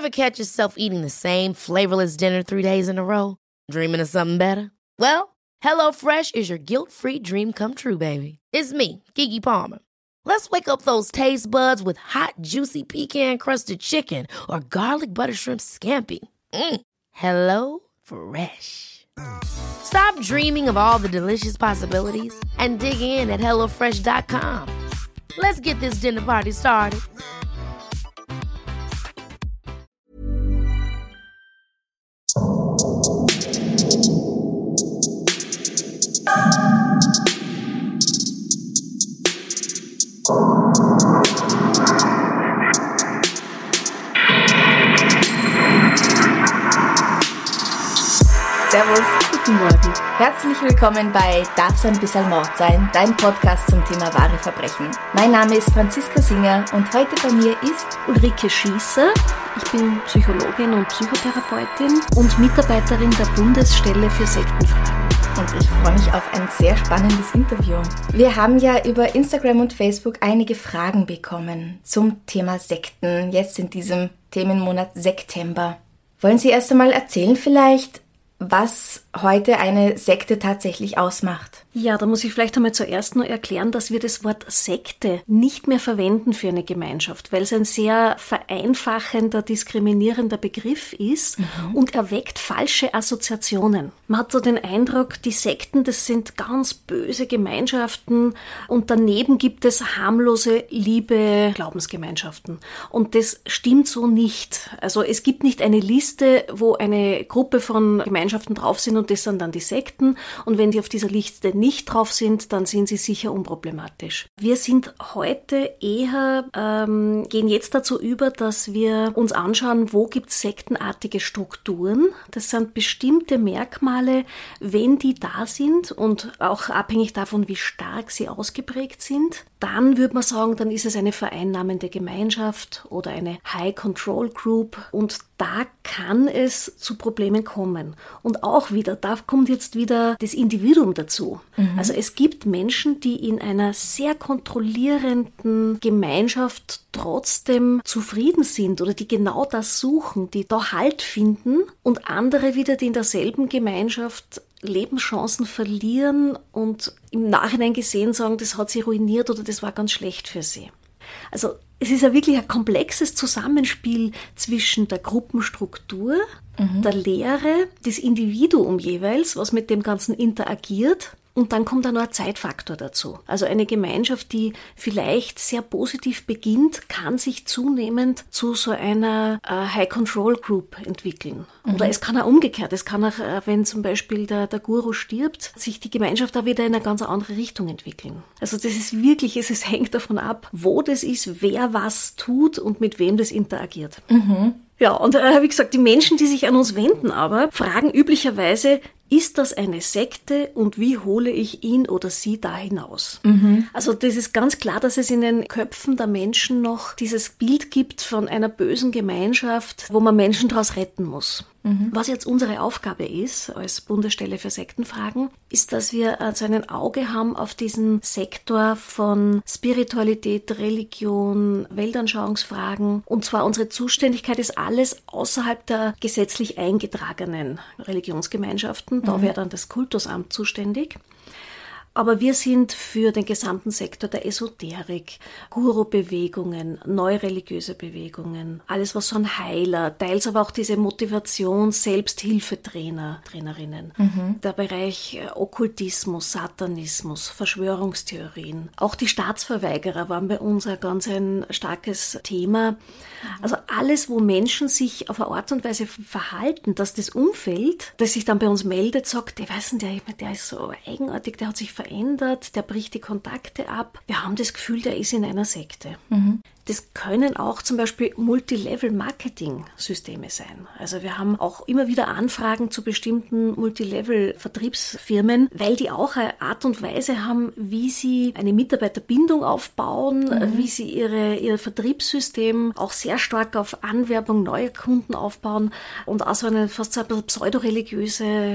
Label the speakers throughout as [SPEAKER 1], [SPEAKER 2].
[SPEAKER 1] Ever catch yourself eating the same flavorless dinner 3 days in a row? Dreaming of something better? Well, HelloFresh is your guilt-free dream come true, baby. It's me, Keke Palmer. Let's wake up those taste buds with hot, juicy pecan-crusted chicken or garlic butter shrimp scampi. Hello Fresh. Stop dreaming of all the delicious possibilities and dig in at HelloFresh.com. Let's get this dinner party started.
[SPEAKER 2] Servus, guten Morgen. Herzlich willkommen bei Darf's ein bisschen Mord sein, dein Podcast zum Thema wahre Verbrechen. Mein Name ist Franziska Singer und heute bei mir ist
[SPEAKER 3] Ulrike Schießer. Ich bin Psychologin und Psychotherapeutin und Mitarbeiterin der Bundesstelle für Sektenfragen.
[SPEAKER 2] Und ich freue mich auf ein sehr spannendes Interview. Wir haben ja über Instagram und Facebook einige Fragen bekommen zum Thema Sekten, jetzt in diesem Themenmonat September. Wollen Sie erst einmal erzählen vielleicht, was heute eine Sekte tatsächlich ausmacht?
[SPEAKER 3] Ja, da muss ich vielleicht einmal zuerst nur erklären, dass wir das Wort Sekte nicht mehr verwenden für eine Gemeinschaft, weil es ein sehr vereinfachender, diskriminierender Begriff ist und erweckt falsche Assoziationen. Man hat so den Eindruck, die Sekten, das sind ganz böse Gemeinschaften und daneben gibt es harmlose, liebe Glaubensgemeinschaften. Und das stimmt so nicht. Also es gibt nicht eine Liste, wo eine Gruppe von Gemeinschaften drauf sind und das sind dann die Sekten. Und wenn die auf dieser Liste nicht drauf sind, dann sind sie sicher unproblematisch. Wir sind heute eher, gehen jetzt dazu über, dass wir uns anschauen, wo gibt es sektenartige Strukturen. Das sind bestimmte Merkmale, wenn die da sind und auch abhängig davon, wie stark sie ausgeprägt sind. Dann würde man sagen, dann ist es eine vereinnahmende Gemeinschaft oder eine High Control Group und da kann es zu Problemen kommen. Und auch wieder, da kommt jetzt wieder das Individuum dazu. Also es gibt Menschen, die in einer sehr kontrollierenden Gemeinschaft trotzdem zufrieden sind oder die genau das suchen, die da Halt finden und andere wieder, die in derselben Gemeinschaft Lebenschancen verlieren und im Nachhinein gesehen sagen, das hat sie ruiniert oder das war ganz schlecht für sie. Also es ist ja wirklich ein komplexes Zusammenspiel zwischen der Gruppenstruktur, der Lehre, das Individuum jeweils, was mit dem Ganzen interagiert. Und dann kommt da noch ein Zeitfaktor dazu. Also eine Gemeinschaft, die vielleicht sehr positiv beginnt, kann sich zunehmend zu so einer High-Control-Group entwickeln. Oder es kann auch umgekehrt. Es kann auch, wenn zum Beispiel der Guru stirbt, sich die Gemeinschaft da wieder in eine ganz andere Richtung entwickeln. Also das ist wirklich, es hängt davon ab, wo das ist, wer was tut und mit wem das interagiert. Ja, und wie gesagt, die Menschen, die sich an uns wenden aber, fragen üblicherweise, ist das eine Sekte und wie hole ich ihn oder sie da hinaus? Also das ist ganz klar, dass es in den Köpfen der Menschen noch dieses Bild gibt von einer bösen Gemeinschaft, wo man Menschen daraus retten muss. Was jetzt unsere Aufgabe ist, als Bundesstelle für Sektenfragen, ist, dass wir also ein Auge haben auf diesen Sektor von Spiritualität, Religion, Weltanschauungsfragen. Und zwar unsere Zuständigkeit ist alles außerhalb der gesetzlich eingetragenen Religionsgemeinschaften. Da wäre dann das Kultusamt zuständig. Aber wir sind für den gesamten Sektor der Esoterik, Guru-Bewegungen, neureligiöse Bewegungen, alles was so ein Heiler, teils aber auch diese Motivation, Selbsthilfetrainer, Trainerinnen. Der Bereich Okkultismus, Satanismus, Verschwörungstheorien. Auch die Staatsverweigerer waren bei uns ein starkes Thema. Also alles, wo Menschen sich auf eine Art und Weise verhalten, dass das Umfeld, das sich dann bei uns meldet, sagt, ich weiß nicht, der ist so eigenartig, der hat sich verändert, der bricht die Kontakte ab. Wir haben das Gefühl, der ist in einer Sekte. Das können auch zum Beispiel Multilevel-Marketing-Systeme sein. Also wir haben auch immer wieder Anfragen zu bestimmten Multilevel-Vertriebsfirmen, weil die auch eine Art und Weise haben, wie sie eine Mitarbeiterbindung aufbauen, wie sie ihr Vertriebssystem auch sehr stark auf Anwerbung neuer Kunden aufbauen und auch so eine fast so ein pseudoreligiöse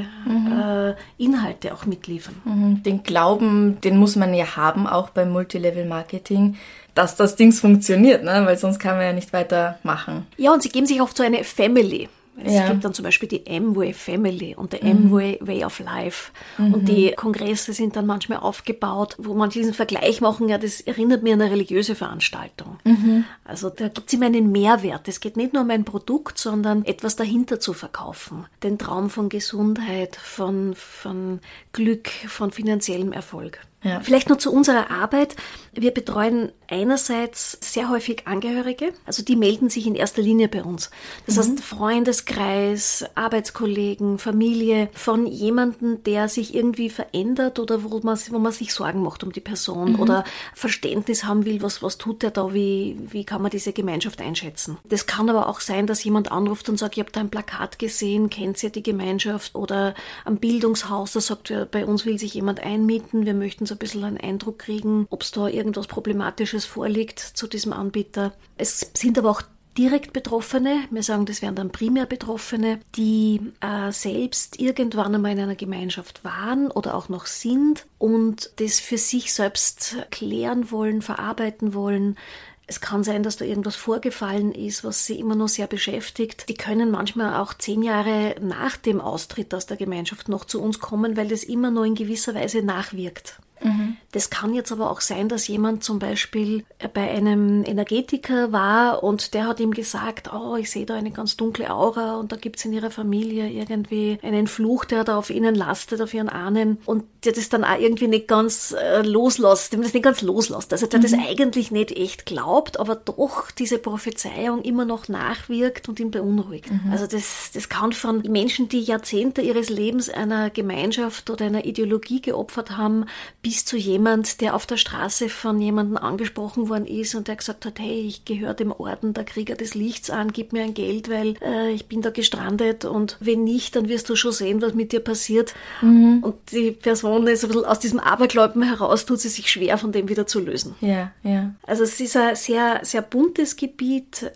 [SPEAKER 3] Inhalte auch mitliefern.
[SPEAKER 2] Den Glauben, den muss man ja haben, auch beim Multilevel-Marketing. dass das Ding funktioniert, ne? Weil sonst kann man ja nicht weitermachen.
[SPEAKER 3] Ja, und sie geben sich oft so eine Family. Es gibt dann zum Beispiel die Amway Family und der Amway Way of Life. Und die Kongresse sind dann manchmal aufgebaut, wo manche diesen Vergleich machen, ja, das erinnert mich an eine religiöse Veranstaltung. Also da gibt es immer einen Mehrwert. Es geht nicht nur um ein Produkt, sondern etwas dahinter zu verkaufen. Den Traum von Gesundheit, von Glück, von finanziellem Erfolg.
[SPEAKER 2] Ja.
[SPEAKER 3] Vielleicht noch zu unserer Arbeit. Wir betreuen einerseits sehr häufig Angehörige, also die melden sich in erster Linie bei uns. Das heißt Freundeskreis, Arbeitskollegen, Familie von jemandem, der sich irgendwie verändert oder wo man sich Sorgen macht um die Person oder Verständnis haben will, was tut der da, wie kann man diese Gemeinschaft einschätzen. Das kann aber auch sein, dass jemand anruft und sagt, ich habe da ein Plakat gesehen, kennt ihr die Gemeinschaft, oder am Bildungshaus, da sagt, bei uns will sich jemand einmieten, wir möchten so ein bisschen einen Eindruck kriegen, ob es da irgendwas Problematisches vorliegt zu diesem Anbieter. Es sind aber auch direkt Betroffene, wir sagen, das wären dann primär Betroffene, die selbst irgendwann einmal in einer Gemeinschaft waren oder auch noch sind und das für sich selbst klären wollen, verarbeiten wollen. Es kann sein, dass da irgendwas vorgefallen ist, was sie immer noch sehr beschäftigt. Die können manchmal auch 10 Jahre nach dem Austritt aus der Gemeinschaft noch zu uns kommen, weil das immer noch in gewisser Weise nachwirkt. Das kann jetzt aber auch sein, dass jemand zum Beispiel bei einem Energetiker war und der hat ihm gesagt, oh, ich sehe da eine ganz dunkle Aura und da gibt es in ihrer Familie irgendwie einen Fluch, der da auf ihnen lastet, auf ihren Ahnen, und der das dann auch irgendwie nicht ganz loslässt, dem das nicht ganz loslässt. Also der das eigentlich nicht echt glaubt, aber doch diese Prophezeiung immer noch nachwirkt und ihn beunruhigt. Also das kann von Menschen, die Jahrzehnte ihres Lebens einer Gemeinschaft oder einer Ideologie geopfert haben, bis zu jemand, der auf der Straße von jemandem angesprochen worden ist und der gesagt hat, hey, ich gehöre dem Orden der Krieger des Lichts an, gib mir ein Geld, weil ich bin da gestrandet und wenn nicht, dann wirst du schon sehen, was mit dir passiert. Und die Person ist ein bisschen aus diesem Aberglauben heraus, tut sie sich schwer, von dem wieder zu lösen.
[SPEAKER 2] Ja, ja.
[SPEAKER 3] Also es ist ein sehr, sehr buntes Gebiet,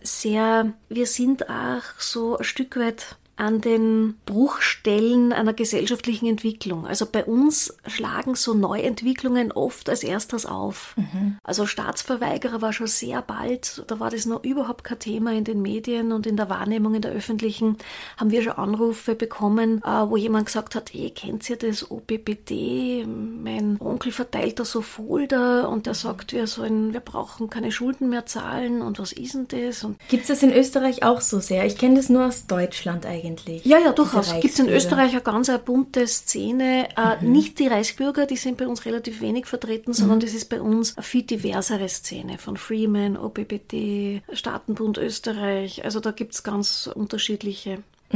[SPEAKER 3] wir sind auch so ein Stück weit an den Bruchstellen einer gesellschaftlichen Entwicklung. Also bei uns schlagen so Neuentwicklungen oft als erstes auf. Also Staatsverweigerer war schon sehr bald, da war das noch überhaupt kein Thema in den Medien und in der Wahrnehmung in der öffentlichen, haben wir schon Anrufe bekommen, wo jemand gesagt hat, kennt ihr das OPPD? Mein Onkel verteilt da so Folder und der sagt, wir brauchen keine Schulden mehr zahlen und was ist denn das?
[SPEAKER 2] Gibt es das in Österreich auch so sehr? Ich kenne das nur aus Deutschland eigentlich.
[SPEAKER 3] Ja, durchaus. Gibt es in Österreich eine ganz bunte Szene. Nicht die Reichsbürger, die sind bei uns relativ wenig vertreten, sondern das ist bei uns eine viel diversere Szene von Freeman, OPPD, Staatenbund Österreich. Also da gibt es ganz unterschiedliche.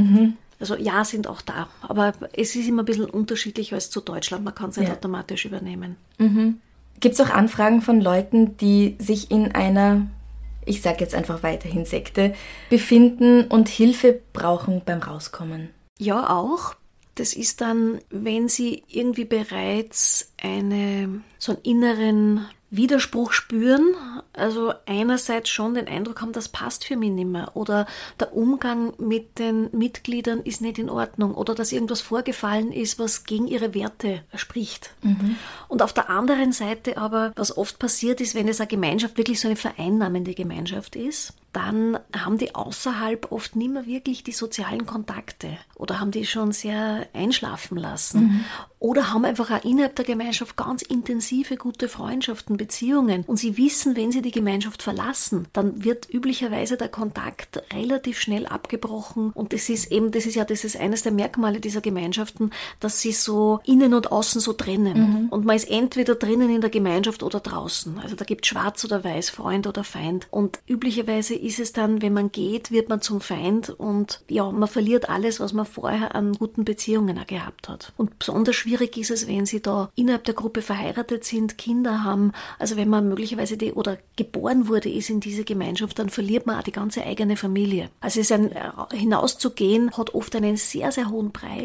[SPEAKER 3] Also ja, sind auch da. Aber es ist immer ein bisschen unterschiedlich als zu Deutschland. Man kann es nicht automatisch übernehmen.
[SPEAKER 2] Gibt es auch Anfragen von Leuten, die sich in einer, ich sage jetzt einfach weiterhin Sekte, befinden und Hilfe brauchen beim Rauskommen?
[SPEAKER 3] Ja, auch. Das ist dann, wenn sie irgendwie bereits so einen inneren Widerspruch spüren, also einerseits schon den Eindruck haben, das passt für mich nicht mehr oder der Umgang mit den Mitgliedern ist nicht in Ordnung oder dass irgendwas vorgefallen ist, was gegen ihre Werte spricht. Und auf der anderen Seite aber, was oft passiert ist, wenn es eine Gemeinschaft wirklich so eine vereinnahmende Gemeinschaft ist, dann haben die außerhalb oft nicht mehr wirklich die sozialen Kontakte oder haben die schon sehr einschlafen lassen oder haben einfach auch innerhalb der Gemeinschaft ganz intensive, gute Freundschaften, Beziehungen und sie wissen, wenn sie die Gemeinschaft verlassen, dann wird üblicherweise der Kontakt relativ schnell abgebrochen und das ist eines der Merkmale dieser Gemeinschaften, dass sie so innen und außen so trennen und man ist entweder drinnen in der Gemeinschaft oder draußen, also da gibt es schwarz oder weiß, Freund oder Feind und üblicherweise ist es dann, wenn man geht, wird man zum Feind und ja, man verliert alles, was man vorher an guten Beziehungen auch gehabt hat. Und besonders schwierig ist es, wenn sie da innerhalb der Gruppe verheiratet sind, Kinder haben, also wenn man möglicherweise oder geboren wurde, ist in diese Gemeinschaft, dann verliert man auch die ganze eigene Familie. Also hinauszugehen hat oft einen sehr, sehr hohen Preis.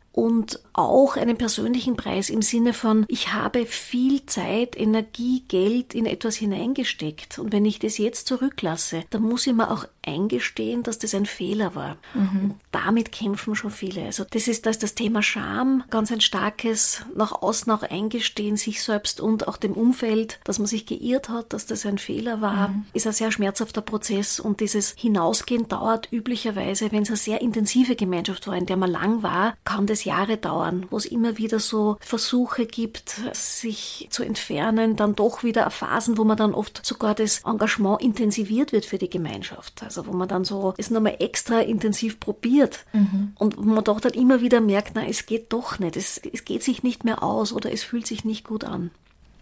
[SPEAKER 3] und auch einen persönlichen Preis im Sinne von, ich habe viel Zeit, Energie, Geld in etwas hineingesteckt und wenn ich das jetzt zurücklasse, dann muss ich mir auch eingestehen, dass das ein Fehler war. Und damit kämpfen schon viele. Also das ist das Thema Scham, ganz ein starkes nach außen auch eingestehen, sich selbst und auch dem Umfeld, dass man sich geirrt hat, dass das ein Fehler war, ist ein sehr schmerzhafter Prozess und dieses Hinausgehen dauert üblicherweise, wenn es eine sehr intensive Gemeinschaft war, in der man lang war, kann das Jahre dauern, wo es immer wieder so Versuche gibt, sich zu entfernen, dann doch wieder Phasen, wo man dann oft sogar das Engagement intensiviert wird für die Gemeinschaft. Also wo man dann so es nochmal extra intensiv probiert und wo man doch dann immer wieder merkt, na, es geht doch nicht, es geht sich nicht mehr aus oder es fühlt sich nicht gut an.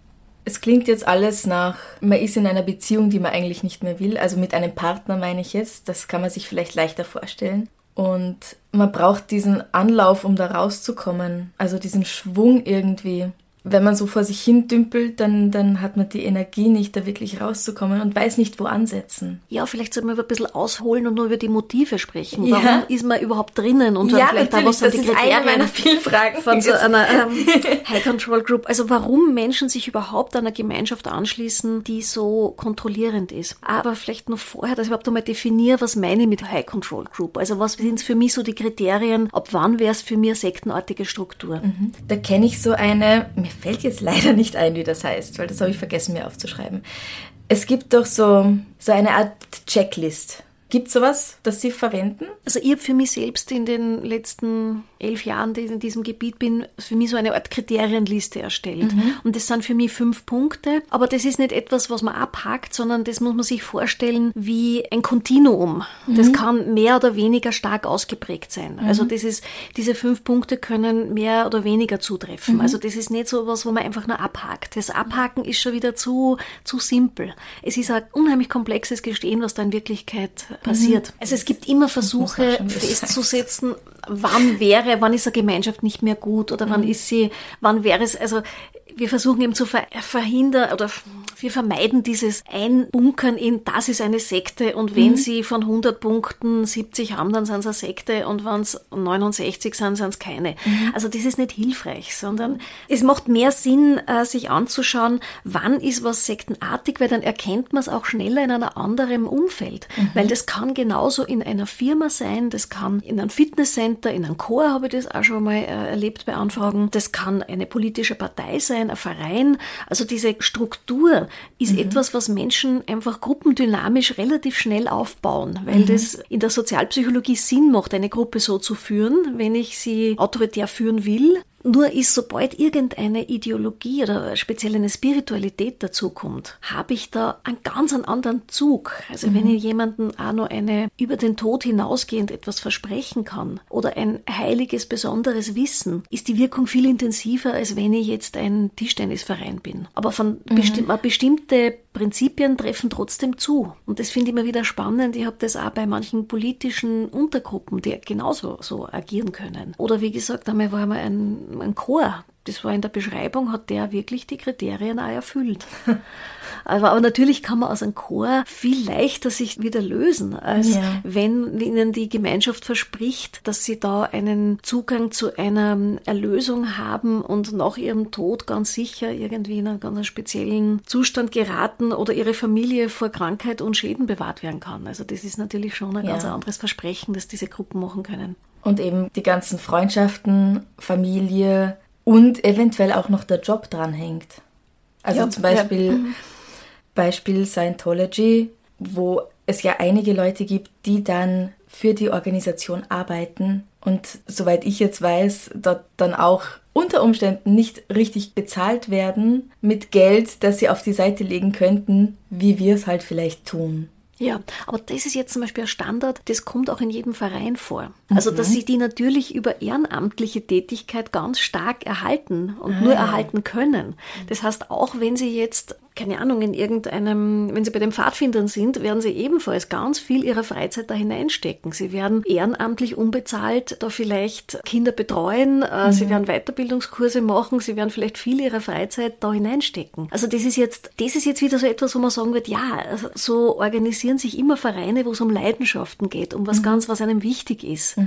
[SPEAKER 2] Es klingt jetzt alles nach, man ist in einer Beziehung, die man eigentlich nicht mehr will, also mit einem Partner meine ich jetzt, das kann man sich vielleicht leichter vorstellen. Und man braucht diesen Anlauf, um da rauszukommen, also diesen Schwung irgendwie. Wenn man so vor sich hin dümpelt, dann hat man die Energie nicht, da wirklich rauszukommen und weiß nicht, wo ansetzen.
[SPEAKER 3] Ja, vielleicht sollten wir ein bisschen ausholen und nur über die Motive sprechen. Ja. Warum ist man überhaupt drinnen? Und
[SPEAKER 2] ja,
[SPEAKER 3] vielleicht
[SPEAKER 2] natürlich,
[SPEAKER 3] auch, was sind
[SPEAKER 2] das
[SPEAKER 3] die
[SPEAKER 2] ist
[SPEAKER 3] Kriterien
[SPEAKER 2] eine meiner vielen Fragen
[SPEAKER 3] von so einer High Control Group. Also warum Menschen sich überhaupt einer Gemeinschaft anschließen, die so kontrollierend ist. Aber vielleicht noch vorher, dass ich überhaupt einmal definiere, was meine ich mit High Control Group. Also was sind für mich so die Kriterien, ab wann wäre es für mich eine sektenartige Struktur?
[SPEAKER 2] Da kenne ich so eine, mir fällt jetzt leider nicht ein, wie das heißt, weil das habe ich vergessen, mir aufzuschreiben. Es gibt doch so eine Art Checklist. Gibt es sowas, das Sie verwenden?
[SPEAKER 3] Also ich habe für mich selbst in den letzten 11 Jahren, die ich in diesem Gebiet bin, für mich so eine Art Kriterienliste erstellt. Und das sind für mich 5 Punkte. Aber das ist nicht etwas, was man abhakt, sondern das muss man sich vorstellen wie ein Kontinuum. Das kann mehr oder weniger stark ausgeprägt sein. Also diese 5 Punkte können mehr oder weniger zutreffen. Also das ist nicht so was, wo man einfach nur abhakt. Das Abhaken ist schon wieder zu simpel. Es ist ein unheimlich komplexes Gestehen, was da in Wirklichkeit passiert. Also es gibt immer Versuche festzusetzen, wann ist eine Gemeinschaft nicht mehr gut oder wann wäre es, also wir versuchen eben zu verhindern oder wir vermeiden dieses Einbunkern in, das ist eine Sekte und wenn sie von 100 Punkten 70 haben, dann sind es eine Sekte und wenn es 69 sind es keine. Also das ist nicht hilfreich, sondern es macht mehr Sinn, sich anzuschauen, wann ist was sektenartig, weil dann erkennt man es auch schneller in einem anderen Umfeld. Weil das kann genauso in einer Firma sein, das kann in einem Fitnesscenter, in einem Chor habe ich das auch schon mal erlebt bei Anfragen, das kann eine politische Partei sein, ein Verein. Also diese Struktur ist etwas, was Menschen einfach gruppendynamisch relativ schnell aufbauen, weil das in der Sozialpsychologie Sinn macht, eine Gruppe so zu führen, wenn ich sie autoritär führen will. Nur ist, sobald irgendeine Ideologie oder speziell eine Spiritualität dazukommt, habe ich da einen ganz anderen Zug. Also wenn ich jemandem auch noch über den Tod hinausgehend etwas versprechen kann oder ein heiliges, besonderes Wissen, ist die Wirkung viel intensiver, als wenn ich jetzt ein Tischtennisverein bin. Aber bestimmte Prinzipien treffen trotzdem zu. Und das finde ich immer wieder spannend. Ich habe das auch bei manchen politischen Untergruppen, die genauso so agieren können. Oder wie gesagt, einmal war mal ein Chor. Das war in der Beschreibung, hat der wirklich die Kriterien auch erfüllt. Aber natürlich kann man aus einem Chor viel leichter sich wieder lösen, als wenn ihnen die Gemeinschaft verspricht, dass sie da einen Zugang zu einer Erlösung haben und nach ihrem Tod ganz sicher irgendwie in einen ganz speziellen Zustand geraten oder ihre Familie vor Krankheit und Schäden bewahrt werden kann. Also das ist natürlich schon ein ganz anderes Versprechen, das diese Gruppen machen können.
[SPEAKER 2] Und eben die ganzen Freundschaften, Familie und eventuell auch noch der Job dranhängt. Also zum Beispiel Scientology, wo es ja einige Leute gibt, die dann für die Organisation arbeiten und soweit ich jetzt weiß, dort dann auch unter Umständen nicht richtig bezahlt werden mit Geld, das sie auf die Seite legen könnten, wie wir es halt vielleicht tun.
[SPEAKER 3] Ja, aber das ist jetzt zum Beispiel ein Standard, das kommt auch in jedem Verein vor. Also, dass sich die natürlich über ehrenamtliche Tätigkeit ganz stark erhalten und nur erhalten können. Das heißt, auch wenn sie jetzt, keine Ahnung, wenn sie bei den Pfadfindern sind, werden sie ebenfalls ganz viel ihrer Freizeit da hineinstecken. Sie werden ehrenamtlich unbezahlt da vielleicht Kinder betreuen, sie werden Weiterbildungskurse machen, sie werden vielleicht viel ihrer Freizeit da hineinstecken. Also das ist jetzt wieder so etwas, wo man sagen wird, ja, so organisieren sich immer Vereine, wo es um Leidenschaften geht, um was einem wichtig ist.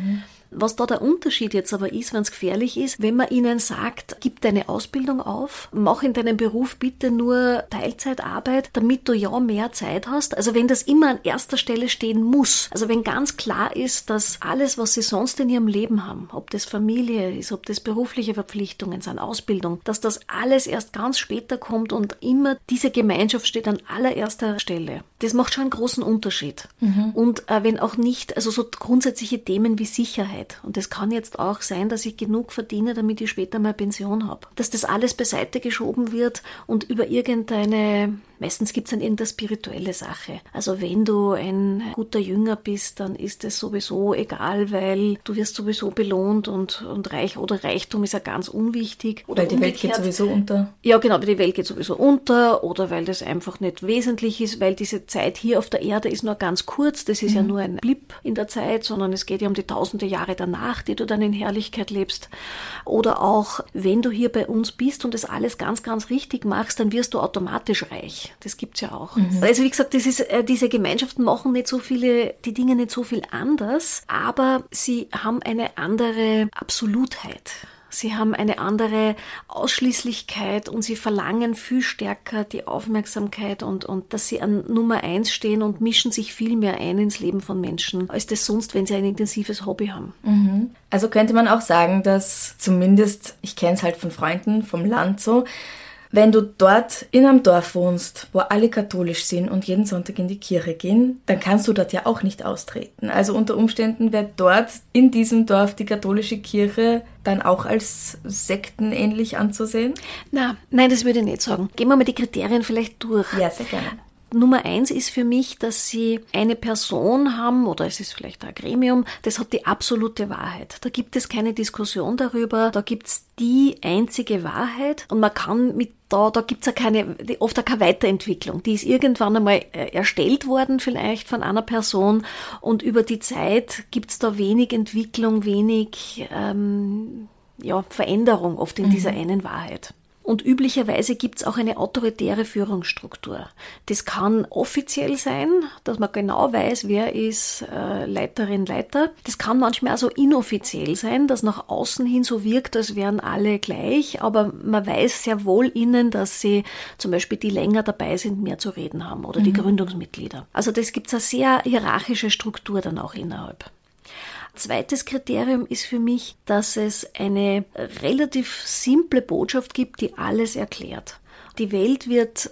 [SPEAKER 3] Was da der Unterschied jetzt aber ist, wenn es gefährlich ist, wenn man ihnen sagt, gib deine Ausbildung auf, mach in deinem Beruf bitte nur Teilzeitarbeit, damit du ja mehr Zeit hast. Also wenn das immer an erster Stelle stehen muss, also wenn ganz klar ist, dass alles, was sie sonst in ihrem Leben haben, ob das Familie ist, ob das berufliche Verpflichtungen sind, Ausbildung, dass das alles erst ganz später kommt und immer diese Gemeinschaft steht an allererster Stelle. Das macht schon einen großen Unterschied. Und wenn auch nicht, also so grundsätzliche Themen wie Sicherheit. Und das kann jetzt auch sein, dass ich genug verdiene, damit ich später mal Pension habe. Dass das alles beiseite geschoben wird und über irgendeine, meistens gibt es dann irgendeine spirituelle Sache. Also wenn du ein guter Jünger bist, dann ist es sowieso egal, weil du wirst sowieso belohnt und reich oder Reichtum ist ja ganz unwichtig. Oder
[SPEAKER 2] weil die Welt geht sowieso unter.
[SPEAKER 3] Ja, genau, weil die Welt geht sowieso unter oder weil das einfach nicht wesentlich ist, weil diese Zeit hier auf der Erde ist nur ganz kurz, das ist ja nur ein Blip in der Zeit, sondern es geht ja um die tausende Jahre danach, die du dann in Herrlichkeit lebst. Oder auch, wenn du hier bei uns bist und das alles ganz, ganz richtig machst, dann wirst du automatisch reich. Das gibt's ja auch. Also wie gesagt, das ist, diese Gemeinschaften machen nicht so viele, die Dinge nicht so viel anders, aber sie haben eine andere Absolutheit. Sie haben eine andere Ausschließlichkeit und sie verlangen viel stärker die Aufmerksamkeit und dass sie an Nummer 1 stehen und mischen sich viel mehr ein ins Leben von Menschen, als das sonst, wenn sie ein intensives Hobby haben.
[SPEAKER 2] Also könnte man auch sagen, dass zumindest, ich kenne es halt von Freunden vom Land so, wenn du dort in einem Dorf wohnst, wo alle katholisch sind und jeden Sonntag in die Kirche gehen, dann kannst du dort ja auch nicht austreten. Also unter Umständen wäre dort in diesem Dorf die katholische Kirche dann auch als sektenähnlich anzusehen?
[SPEAKER 3] Nein, das würde ich nicht sagen. Gehen wir mal die Kriterien vielleicht durch.
[SPEAKER 2] Ja, sehr gerne.
[SPEAKER 3] Nummer 1 ist für mich, dass sie eine Person haben, oder es ist vielleicht ein Gremium, das hat die absolute Wahrheit. Da gibt es keine Diskussion darüber, da gibt es die einzige Wahrheit und man kann da gibt es ja oft auch keine Weiterentwicklung. Die ist irgendwann einmal erstellt worden vielleicht von einer Person und über die Zeit gibt es da wenig Entwicklung, wenig Veränderung oft in dieser einen Wahrheit. Und üblicherweise gibt es auch eine autoritäre Führungsstruktur. Das kann offiziell sein, dass man genau weiß, wer ist Leiterin, Leiter. Das kann manchmal auch so inoffiziell sein, dass nach außen hin so wirkt, als wären alle gleich, aber man weiß sehr wohl innen, dass sie zum Beispiel die länger dabei sind, mehr zu reden haben oder die Gründungsmitglieder. Also das gibt es eine sehr hierarchische Struktur dann auch innerhalb. Zweites Kriterium ist für mich, dass es eine relativ simple Botschaft gibt, die alles erklärt. Die Welt wird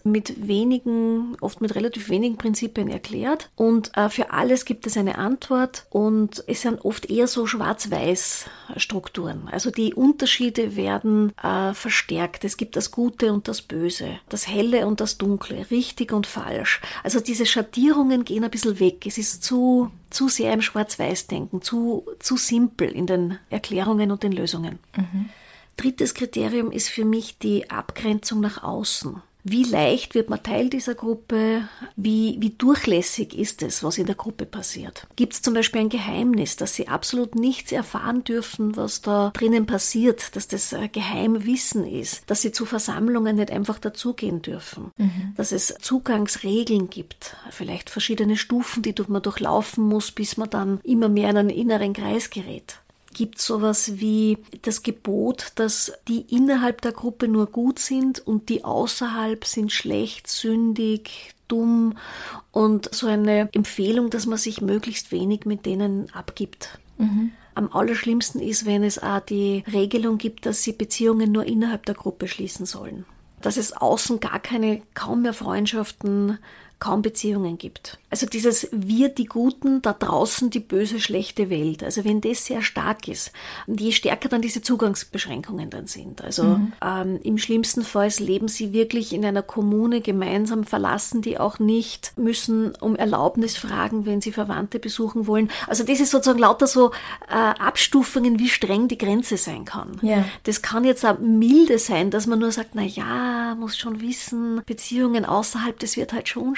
[SPEAKER 3] oft mit relativ wenigen Prinzipien erklärt und für alles gibt es eine Antwort und es sind oft eher so schwarz-weiß Strukturen. Also die Unterschiede werden verstärkt. Es gibt das Gute und das Böse, das Helle und das Dunkle, richtig und falsch. Also diese Schattierungen gehen ein bisschen weg. Es ist zu sehr im Schwarz-Weiß-Denken, zu simpel in den Erklärungen und den Lösungen. Drittes Kriterium ist für mich die Abgrenzung nach außen. Wie leicht wird man Teil dieser Gruppe? Wie durchlässig ist es, was in der Gruppe passiert? Gibt es zum Beispiel ein Geheimnis, dass sie absolut nichts erfahren dürfen, was da drinnen passiert, dass das Geheimwissen ist, dass sie zu Versammlungen nicht einfach dazugehen dürfen, dass es Zugangsregeln gibt, vielleicht verschiedene Stufen, die man durchlaufen muss, bis man dann immer mehr in einen inneren Kreis gerät. Gibt sowas wie das Gebot, dass die innerhalb der Gruppe nur gut sind und die außerhalb sind schlecht, sündig, dumm und so eine Empfehlung, dass man sich möglichst wenig mit denen abgibt. Am allerschlimmsten ist, wenn es auch die Regelung gibt, dass sie Beziehungen nur innerhalb der Gruppe schließen sollen. Dass es außen kaum mehr Freundschaften, kaum Beziehungen gibt. Also dieses wir die Guten, da draußen die böse, schlechte Welt. Also wenn das sehr stark ist, und je stärker dann diese Zugangsbeschränkungen dann sind. Also im schlimmsten Fall leben sie wirklich in einer Kommune gemeinsam, verlassen die auch nicht, müssen um Erlaubnis fragen, wenn sie Verwandte besuchen wollen. Also das ist sozusagen lauter so Abstufungen, wie streng die Grenze sein kann.
[SPEAKER 2] Ja.
[SPEAKER 3] Das kann jetzt auch milde sein, dass man nur sagt, muss schon wissen, Beziehungen außerhalb, das wird halt schon schwierig.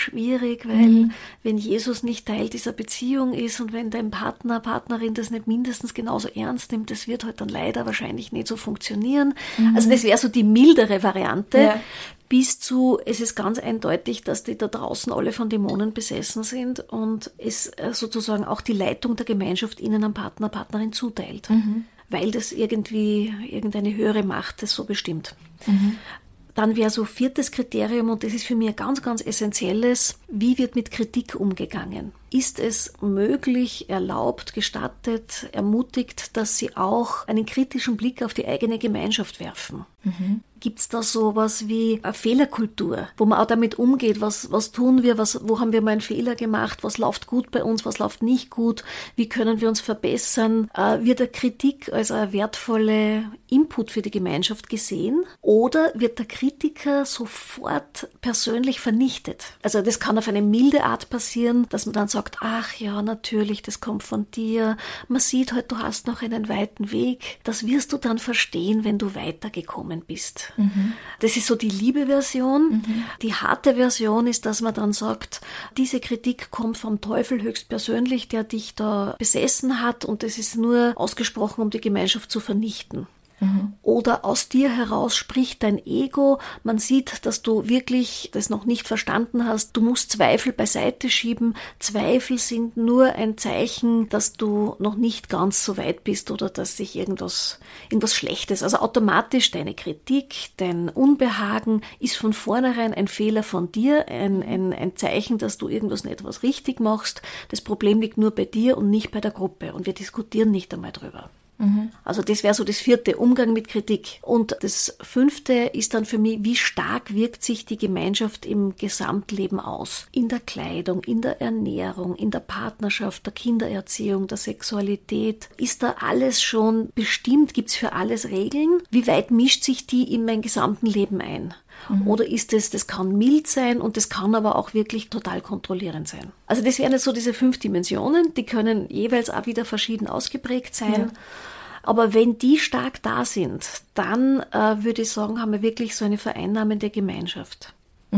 [SPEAKER 3] schwierig, weil wenn Jesus nicht Teil dieser Beziehung ist und wenn dein Partner, Partnerin das nicht mindestens genauso ernst nimmt, das wird halt dann leider wahrscheinlich nicht so funktionieren. Also das wäre so die mildere Variante, bis zu, es ist ganz eindeutig, dass die da draußen alle von Dämonen besessen sind und es sozusagen auch die Leitung der Gemeinschaft ihnen am Partner, Partnerin zuteilt, weil das irgendeine höhere Macht das so bestimmt. Dann wäre so 4. Kriterium, und das ist für mich ein ganz, ganz essentielles, wie wird mit Kritik umgegangen? Ist es möglich, erlaubt, gestattet, ermutigt, dass sie auch einen kritischen Blick auf die eigene Gemeinschaft werfen? Gibt es da sowas wie eine Fehlerkultur, wo man auch damit umgeht, was tun wir, wo haben wir mal einen Fehler gemacht, was läuft gut bei uns, was läuft nicht gut, wie können wir uns verbessern? Wird der Kritik als ein wertvoller Input für die Gemeinschaft gesehen oder wird der Kritiker sofort persönlich vernichtet? Also das kann auf eine milde Art passieren, dass man dann sagt, ach ja, natürlich, das kommt von dir, man sieht halt, du hast noch einen weiten Weg, das wirst du dann verstehen, wenn du weitergekommen bist. Das ist so die liebe Version. Die harte Version ist, dass man dann sagt, diese Kritik kommt vom Teufel höchstpersönlich, der dich da besessen hat und es ist nur ausgesprochen, um die Gemeinschaft zu vernichten. Oder aus dir heraus spricht dein Ego. Man sieht, dass du wirklich das noch nicht verstanden hast. Du musst Zweifel beiseite schieben. Zweifel sind nur ein Zeichen, dass du noch nicht ganz so weit bist oder dass sich irgendwas Schlechtes. Also automatisch deine Kritik, dein Unbehagen ist von vornherein ein Fehler von dir, ein Zeichen, dass du irgendwas nicht was richtig machst. Das Problem liegt nur bei dir und nicht bei der Gruppe. Und wir diskutieren nicht einmal drüber. Also das wäre so das 4. Umgang mit Kritik. Und das 5. ist dann für mich, wie stark wirkt sich die Gemeinschaft im Gesamtleben aus? In der Kleidung, in der Ernährung, in der Partnerschaft, der Kindererziehung, der Sexualität. Ist da alles schon bestimmt? Gibt es für alles Regeln? Wie weit mischt sich die in mein gesamten Leben ein? Oder ist das kann mild sein und das kann aber auch wirklich total kontrollierend sein. Also das wären jetzt so diese 5 Dimensionen, die können jeweils auch wieder verschieden ausgeprägt sein. Ja. Aber wenn die stark da sind, dann würde ich sagen, haben wir wirklich so eine vereinnahmende Gemeinschaft.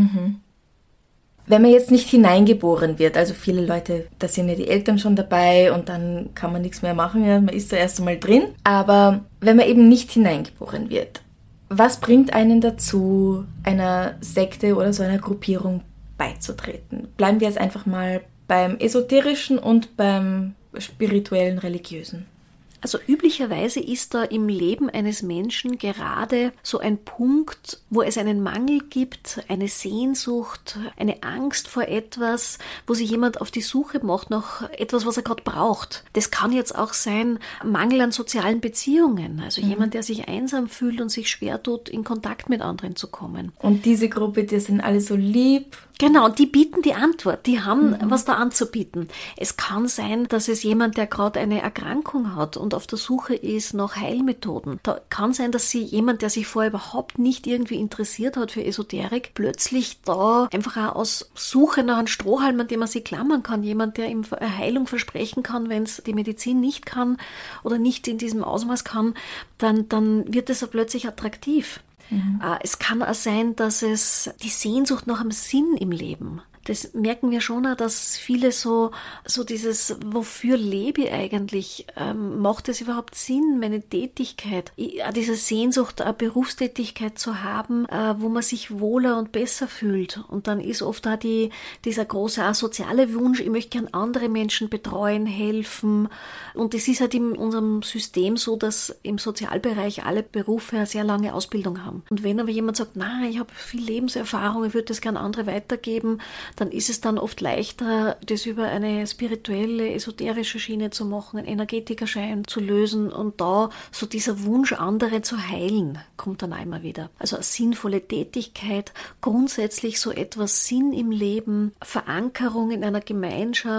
[SPEAKER 2] Wenn man jetzt nicht hineingeboren wird, also viele Leute, da sind ja die Eltern schon dabei und dann kann man nichts mehr machen, ja, man ist da erst einmal drin. Aber wenn man eben nicht hineingeboren wird, was bringt einen dazu, einer Sekte oder so einer Gruppierung beizutreten? Bleiben wir jetzt einfach mal beim Esoterischen und beim spirituellen, Religiösen.
[SPEAKER 3] Also üblicherweise ist da im Leben eines Menschen gerade so ein Punkt, wo es einen Mangel gibt, eine Sehnsucht, eine Angst vor etwas, wo sich jemand auf die Suche macht nach etwas, was er gerade braucht. Das kann jetzt auch sein Mangel an sozialen Beziehungen, also jemand, der sich einsam fühlt und sich schwer tut, in Kontakt mit anderen zu kommen.
[SPEAKER 2] Und diese Gruppe, die sind alle so lieb.
[SPEAKER 3] Genau, und die bieten die Antwort, die haben was da anzubieten. Es kann sein, dass es jemand, der gerade eine Erkrankung hat und auf der Suche ist nach Heilmethoden. Da kann sein, dass sie jemand, der sich vorher überhaupt nicht irgendwie interessiert hat für Esoterik, plötzlich da einfach auch aus Suche nach einem Strohhalm, an dem man sich klammern kann, jemand, der ihm Heilung versprechen kann, wenn es die Medizin nicht kann oder nicht in diesem Ausmaß kann, dann wird es ja plötzlich attraktiv. Es kann auch sein, dass es die Sehnsucht nach einem Sinn im Leben, das merken wir schon auch, dass viele so dieses, wofür lebe ich eigentlich? Macht es überhaupt Sinn, meine Tätigkeit? Diese Sehnsucht, eine Berufstätigkeit zu haben, wo man sich wohler und besser fühlt. Und dann ist oft auch dieser große auch soziale Wunsch, ich möchte gern andere Menschen betreuen, helfen. Und es ist halt in unserem System so, dass im Sozialbereich alle Berufe eine sehr lange Ausbildung haben. Und wenn aber jemand sagt, nein, ich habe viel Lebenserfahrung, ich würde das gern andere weitergeben, dann ist es dann oft leichter, das über eine spirituelle, esoterische Schiene zu machen, einen Energetikerschein zu lösen und da so dieser Wunsch, andere zu heilen, kommt dann einmal wieder. Also eine sinnvolle Tätigkeit, grundsätzlich so etwas Sinn im Leben, Verankerung in einer Gemeinschaft,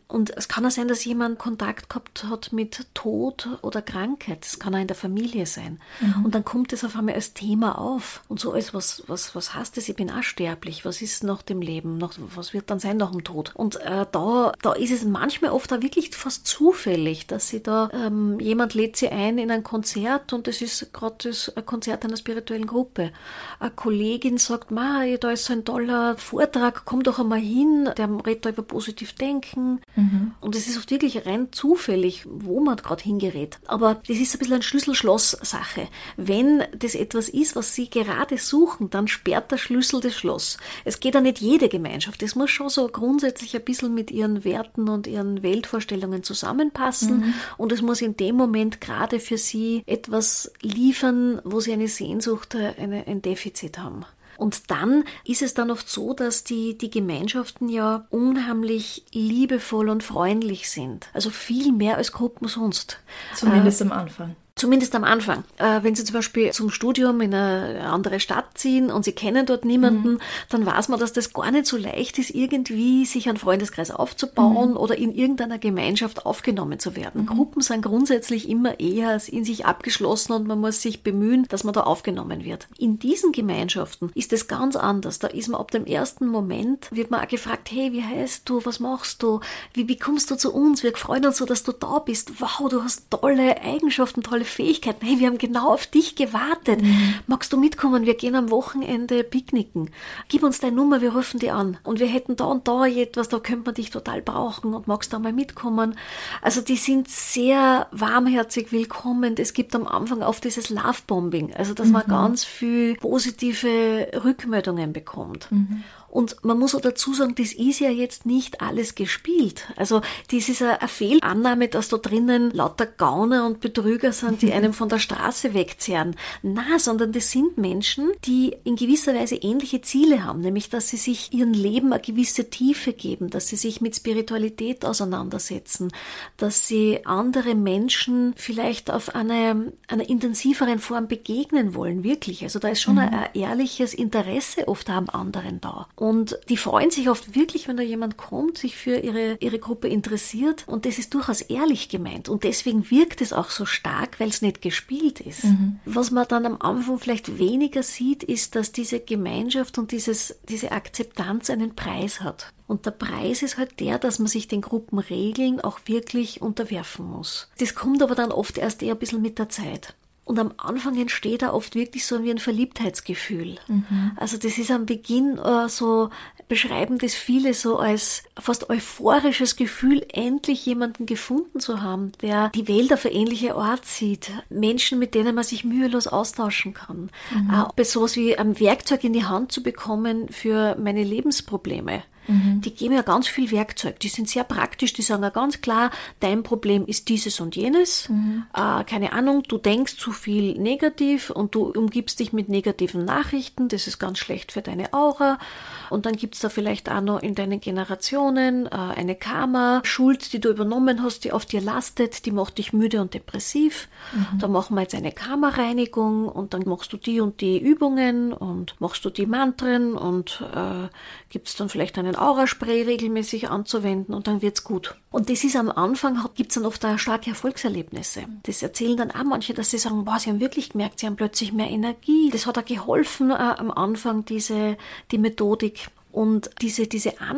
[SPEAKER 3] Und es kann auch sein, dass jemand Kontakt gehabt hat mit Tod oder Krankheit. Das kann auch in der Familie sein. Und dann kommt es auf einmal als Thema auf. Und so als was heißt das? Ich bin auch sterblich. Was ist nach dem Leben? Was wird dann sein nach dem Tod? Und da ist es manchmal oft auch wirklich fast zufällig, dass sie da, jemand lädt sie ein in ein Konzert und das ist gerade ein Konzert einer spirituellen Gruppe. Eine Kollegin sagt, da ist so ein toller Vortrag, komm doch einmal hin, der redet da über positiv denken. Und es ist oft wirklich rein zufällig, wo man gerade hingerät. Aber das ist ein bisschen eine Schlüssel-Schloss-Sache. Wenn das etwas ist, was Sie gerade suchen, dann sperrt der Schlüssel das Schloss. Es geht ja nicht jede Gemeinschaft. Das muss schon so grundsätzlich ein bisschen mit ihren Werten und ihren Weltvorstellungen zusammenpassen. Und es muss in dem Moment gerade für Sie etwas liefern, wo Sie eine Sehnsucht, ein Defizit haben. Und dann ist es dann oft so, dass die Gemeinschaften ja unheimlich liebevoll und freundlich sind. Also viel mehr als Gruppen sonst.
[SPEAKER 2] Zumindest am Anfang.
[SPEAKER 3] Zumindest am Anfang. Wenn Sie zum Beispiel zum Studium in eine andere Stadt ziehen und Sie kennen dort niemanden, dann weiß man, dass das gar nicht so leicht ist, irgendwie sich einen Freundeskreis aufzubauen oder in irgendeiner Gemeinschaft aufgenommen zu werden. Gruppen sind grundsätzlich immer eher in sich abgeschlossen und man muss sich bemühen, dass man da aufgenommen wird. In diesen Gemeinschaften ist es ganz anders. Da ist man ab dem ersten Moment, wird man auch gefragt, hey, wie heißt du, was machst du, wie kommst du zu uns, wir freuen uns so, dass du da bist, wow, du hast tolle Eigenschaften, tolle Fähigkeiten. Hey, wir haben genau auf dich gewartet. Magst du mitkommen? Wir gehen am Wochenende picknicken. Gib uns deine Nummer, wir rufen die an. Und wir hätten da und da etwas, da könnte man dich total brauchen und magst da mal mitkommen? Also die sind sehr warmherzig willkommen. Es gibt am Anfang oft dieses Lovebombing, also dass man ganz viel positive Rückmeldungen bekommt. Und man muss auch dazu sagen, das ist ja jetzt nicht alles gespielt. Also das ist eine Fehlannahme, dass da drinnen lauter Gauner und Betrüger sind, die einem von der Straße wegzehren. Na, sondern das sind Menschen, die in gewisser Weise ähnliche Ziele haben, nämlich dass sie sich ihrem Leben eine gewisse Tiefe geben, dass sie sich mit Spiritualität auseinandersetzen, dass sie andere Menschen vielleicht auf einer intensiveren Form begegnen wollen, wirklich. Also da ist schon ein ehrliches Interesse oft am anderen da. Und die freuen sich oft wirklich, wenn da jemand kommt, sich für ihre Gruppe interessiert. Und das ist durchaus ehrlich gemeint. Und deswegen wirkt es auch so stark, weil es nicht gespielt ist. Was man dann am Anfang vielleicht weniger sieht, ist, dass diese Gemeinschaft und diese Akzeptanz einen Preis hat. Und der Preis ist halt der, dass man sich den Gruppenregeln auch wirklich unterwerfen muss. Das kommt aber dann oft erst eher ein bisschen mit der Zeit. Und am Anfang entsteht da oft wirklich so wie ein Verliebtheitsgefühl. Also das ist am Beginn so, beschreiben das viele so als fast euphorisches Gefühl, endlich jemanden gefunden zu haben, der die Welt auf eine ähnliche Art sieht. Menschen, mit denen man sich mühelos austauschen kann. Auch bei sowas wie ein Werkzeug in die Hand zu bekommen für meine Lebensprobleme. Die geben ja ganz viel Werkzeug, die sind sehr praktisch, die sagen ja ganz klar, dein Problem ist dieses und jenes, keine Ahnung, du denkst zu viel negativ und du umgibst dich mit negativen Nachrichten, das ist ganz schlecht für deine Aura und dann gibt's da vielleicht auch noch in deinen Generationen eine Karma-Schuld, die du übernommen hast, die auf dir lastet, die macht dich müde und depressiv, da machen wir jetzt eine Karma-Reinigung und dann machst du die und die Übungen und machst du die Mantren und gibt's dann vielleicht einen Auraspray regelmäßig anzuwenden und dann wird's gut. Und das ist am Anfang, gibt's dann oft auch starke Erfolgserlebnisse. Das erzählen dann auch manche, dass sie sagen, sie haben wirklich gemerkt, sie haben plötzlich mehr Energie. Das hat auch geholfen am Anfang, die Methodik. Und diese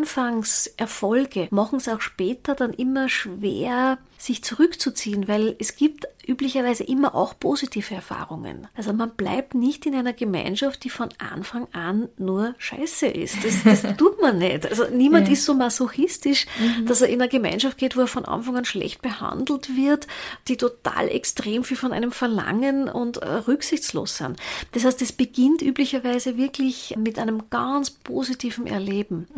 [SPEAKER 3] Anfangserfolge machen es auch später dann immer schwer, sich zurückzuziehen, weil es gibt üblicherweise immer auch positive Erfahrungen. Also man bleibt nicht in einer Gemeinschaft, die von Anfang an nur Scheiße ist. Das tut man nicht. Also niemand ist so masochistisch, dass er in eine Gemeinschaft geht, wo er von Anfang an schlecht behandelt wird, die total extrem viel von einem verlangen und rücksichtslos sind. Das heißt, es beginnt üblicherweise wirklich mit einem ganz positiven Erleben.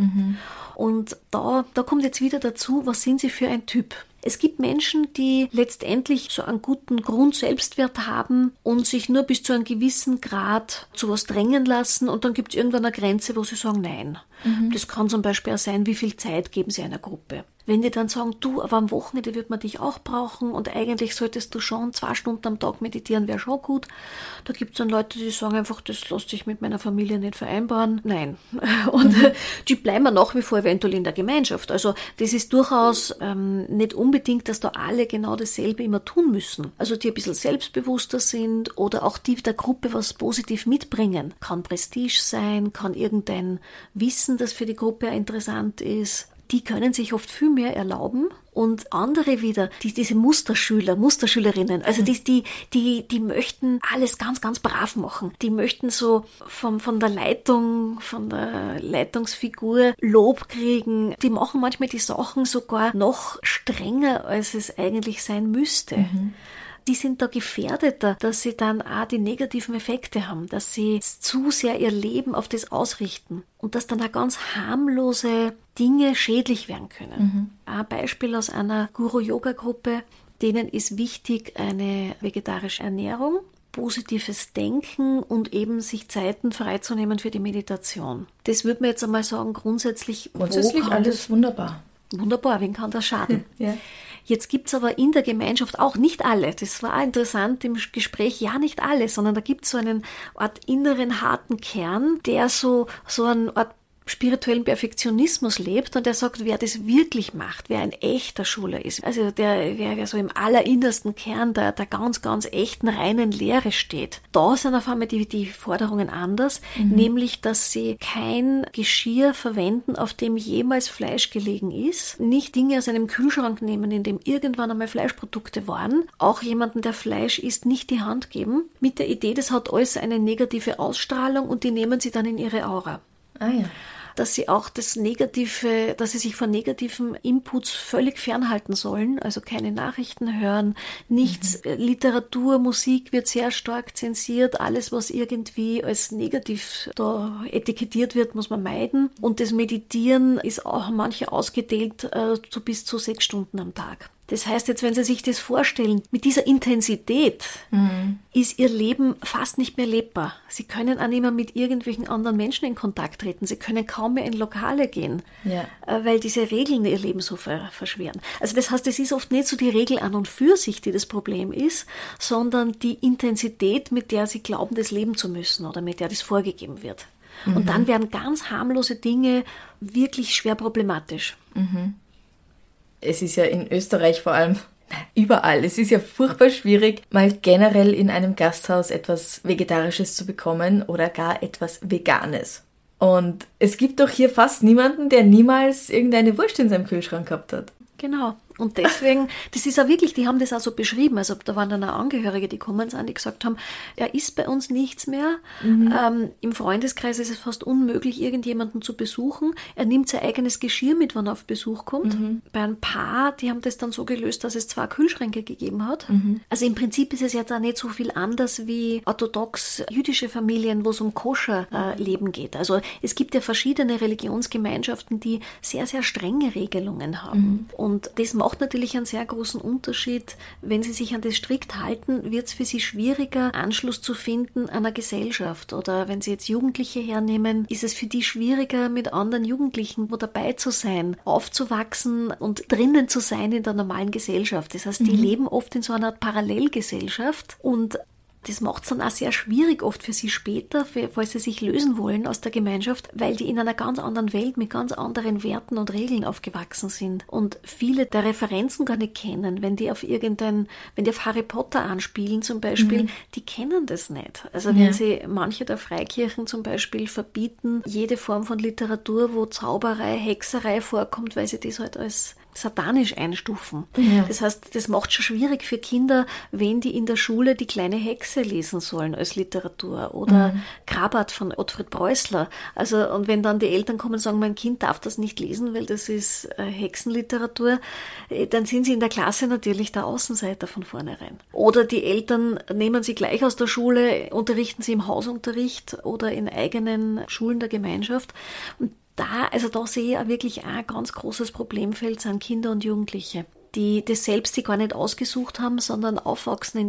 [SPEAKER 3] Und da kommt jetzt wieder dazu, was sind Sie für ein Typ? Es gibt Menschen, die letztendlich so einen guten Grund-Selbstwert haben und sich nur bis zu einem gewissen Grad zu was drängen lassen und dann gibt es irgendwann eine Grenze, wo sie sagen, nein. Das kann zum Beispiel auch sein, wie viel Zeit geben sie einer Gruppe. Wenn die dann sagen, du, aber am Wochenende wird man dich auch brauchen und eigentlich solltest du schon 2 Stunden am Tag meditieren, wäre schon gut. Da gibt es dann Leute, die sagen einfach, das lässt sich mit meiner Familie nicht vereinbaren. Nein. Und die bleiben nach wie vor eventuell in der Gemeinschaft. Also das ist durchaus nicht unbedingt, dass da alle genau dasselbe immer tun müssen. Also die ein bisschen selbstbewusster sind oder auch die der Gruppe was positiv mitbringen. Kann Prestige sein, kann irgendein Wissen, das für die Gruppe interessant ist. Die können sich oft viel mehr erlauben und andere wieder, diese Musterschülerinnen, also die möchten alles ganz, ganz brav machen. Die möchten so von der Leitung, von der Leitungsfigur Lob kriegen. Die machen manchmal die Sachen sogar noch strenger, als es eigentlich sein müsste. Mhm. Die sind da gefährdeter, dass sie dann auch die negativen Effekte haben, dass sie zu sehr ihr Leben auf das ausrichten und dass dann auch ganz harmlose Dinge schädlich werden können. Ein Beispiel aus einer Guru-Yoga-Gruppe, denen ist wichtig eine vegetarische Ernährung, positives Denken und eben sich Zeiten freizunehmen für die Meditation. Das würde man jetzt einmal sagen, grundsätzlich
[SPEAKER 2] alles wunderbar.
[SPEAKER 3] Wunderbar, wen kann das schaden?
[SPEAKER 2] Ja.
[SPEAKER 3] Jetzt gibt's aber in der Gemeinschaft auch nicht alle. Das war interessant im Gespräch, ja nicht alle, sondern da gibt's so einen Art inneren harten Kern, der so eine Art spirituellen Perfektionismus lebt und der sagt, wer das wirklich macht, wer ein echter Schüler ist, also wer so im allerinnersten Kern der ganz, ganz echten, reinen Lehre steht. Da sind auf einmal die Forderungen anders, nämlich, dass sie kein Geschirr verwenden, auf dem jemals Fleisch gelegen ist, nicht Dinge aus einem Kühlschrank nehmen, in dem irgendwann einmal Fleischprodukte waren, auch jemanden, der Fleisch isst, nicht die Hand geben, mit der Idee, das hat alles eine negative Ausstrahlung und die nehmen sie dann in ihre Aura.
[SPEAKER 2] Ah ja.
[SPEAKER 3] Dass sie auch dass sie sich von negativen Inputs völlig fernhalten sollen, also keine Nachrichten hören, nichts, Literatur, Musik wird sehr stark zensiert, alles, was irgendwie als negativ da etikettiert wird, muss man meiden. Und das Meditieren ist auch manche ausgedehnt bis zu 6 Stunden am Tag. Das heißt jetzt, wenn Sie sich das vorstellen, mit dieser Intensität ist Ihr Leben fast nicht mehr lebbar. Sie können auch nicht mehr mit irgendwelchen anderen Menschen in Kontakt treten. Sie können kaum mehr in Lokale gehen, weil diese Regeln Ihr Leben so verschweren. Also das heißt, es ist oft nicht so die Regel an und für sich, die das Problem ist, sondern die Intensität, mit der Sie glauben, das leben zu müssen oder mit der das vorgegeben wird. Und dann werden ganz harmlose Dinge wirklich schwer problematisch.
[SPEAKER 2] Es ist ja in Österreich vor allem überall. Es ist ja furchtbar schwierig, mal generell in einem Gasthaus etwas Vegetarisches zu bekommen oder gar etwas Veganes. Und es gibt doch hier fast niemanden, der niemals irgendeine Wurst in seinem Kühlschrank gehabt hat.
[SPEAKER 3] Genau. Und deswegen, das ist auch wirklich, die haben das auch so beschrieben, also da waren dann auch Angehörige, die kommen sind, die gesagt haben, er isst bei uns nichts mehr, im Freundeskreis ist es fast unmöglich, irgendjemanden zu besuchen, er nimmt sein eigenes Geschirr mit, wenn er auf Besuch kommt. Bei ein paar, die haben das dann so gelöst, dass es 2 Kühlschränke gegeben hat. Also im Prinzip ist es jetzt auch nicht so viel anders wie orthodox jüdische Familien, wo es um Koscher-Leben geht. Also es gibt ja verschiedene Religionsgemeinschaften, die sehr, sehr strenge Regelungen haben. Und das macht natürlich einen sehr großen Unterschied. Wenn Sie sich an das strikt halten, wird es für Sie schwieriger, Anschluss zu finden an einer Gesellschaft. Oder wenn Sie jetzt Jugendliche hernehmen, ist es für die schwieriger, mit anderen Jugendlichen wo dabei zu sein, aufzuwachsen und drinnen zu sein in der normalen Gesellschaft. Das heißt, die leben oft in so einer Art Parallelgesellschaft und das macht es dann auch sehr schwierig oft für sie später, falls sie sich lösen wollen aus der Gemeinschaft, weil die in einer ganz anderen Welt mit ganz anderen Werten und Regeln aufgewachsen sind und viele der Referenzen gar nicht kennen. Wenn die auf Harry Potter anspielen zum Beispiel, die kennen das nicht. Also wenn sie manche der Freikirchen zum Beispiel verbieten, jede Form von Literatur, wo Zauberei, Hexerei vorkommt, weil sie das halt als satanisch einstufen. Ja. Das heißt, das macht schon schwierig für Kinder, wenn die in der Schule die kleine Hexe lesen sollen als Literatur oder Krabat von Ottfried Preußler. Also, und wenn dann die Eltern kommen und sagen, mein Kind darf das nicht lesen, weil das ist Hexenliteratur, dann sind sie in der Klasse natürlich der Außenseiter von vornherein. Oder die Eltern nehmen sie gleich aus der Schule, unterrichten sie im Hausunterricht oder in eigenen Schulen der Gemeinschaft. Und da sehe ich auch wirklich ein ganz großes Problemfeld sind Kinder und Jugendliche. die das selbst sie gar nicht ausgesucht haben, sondern aufwachsen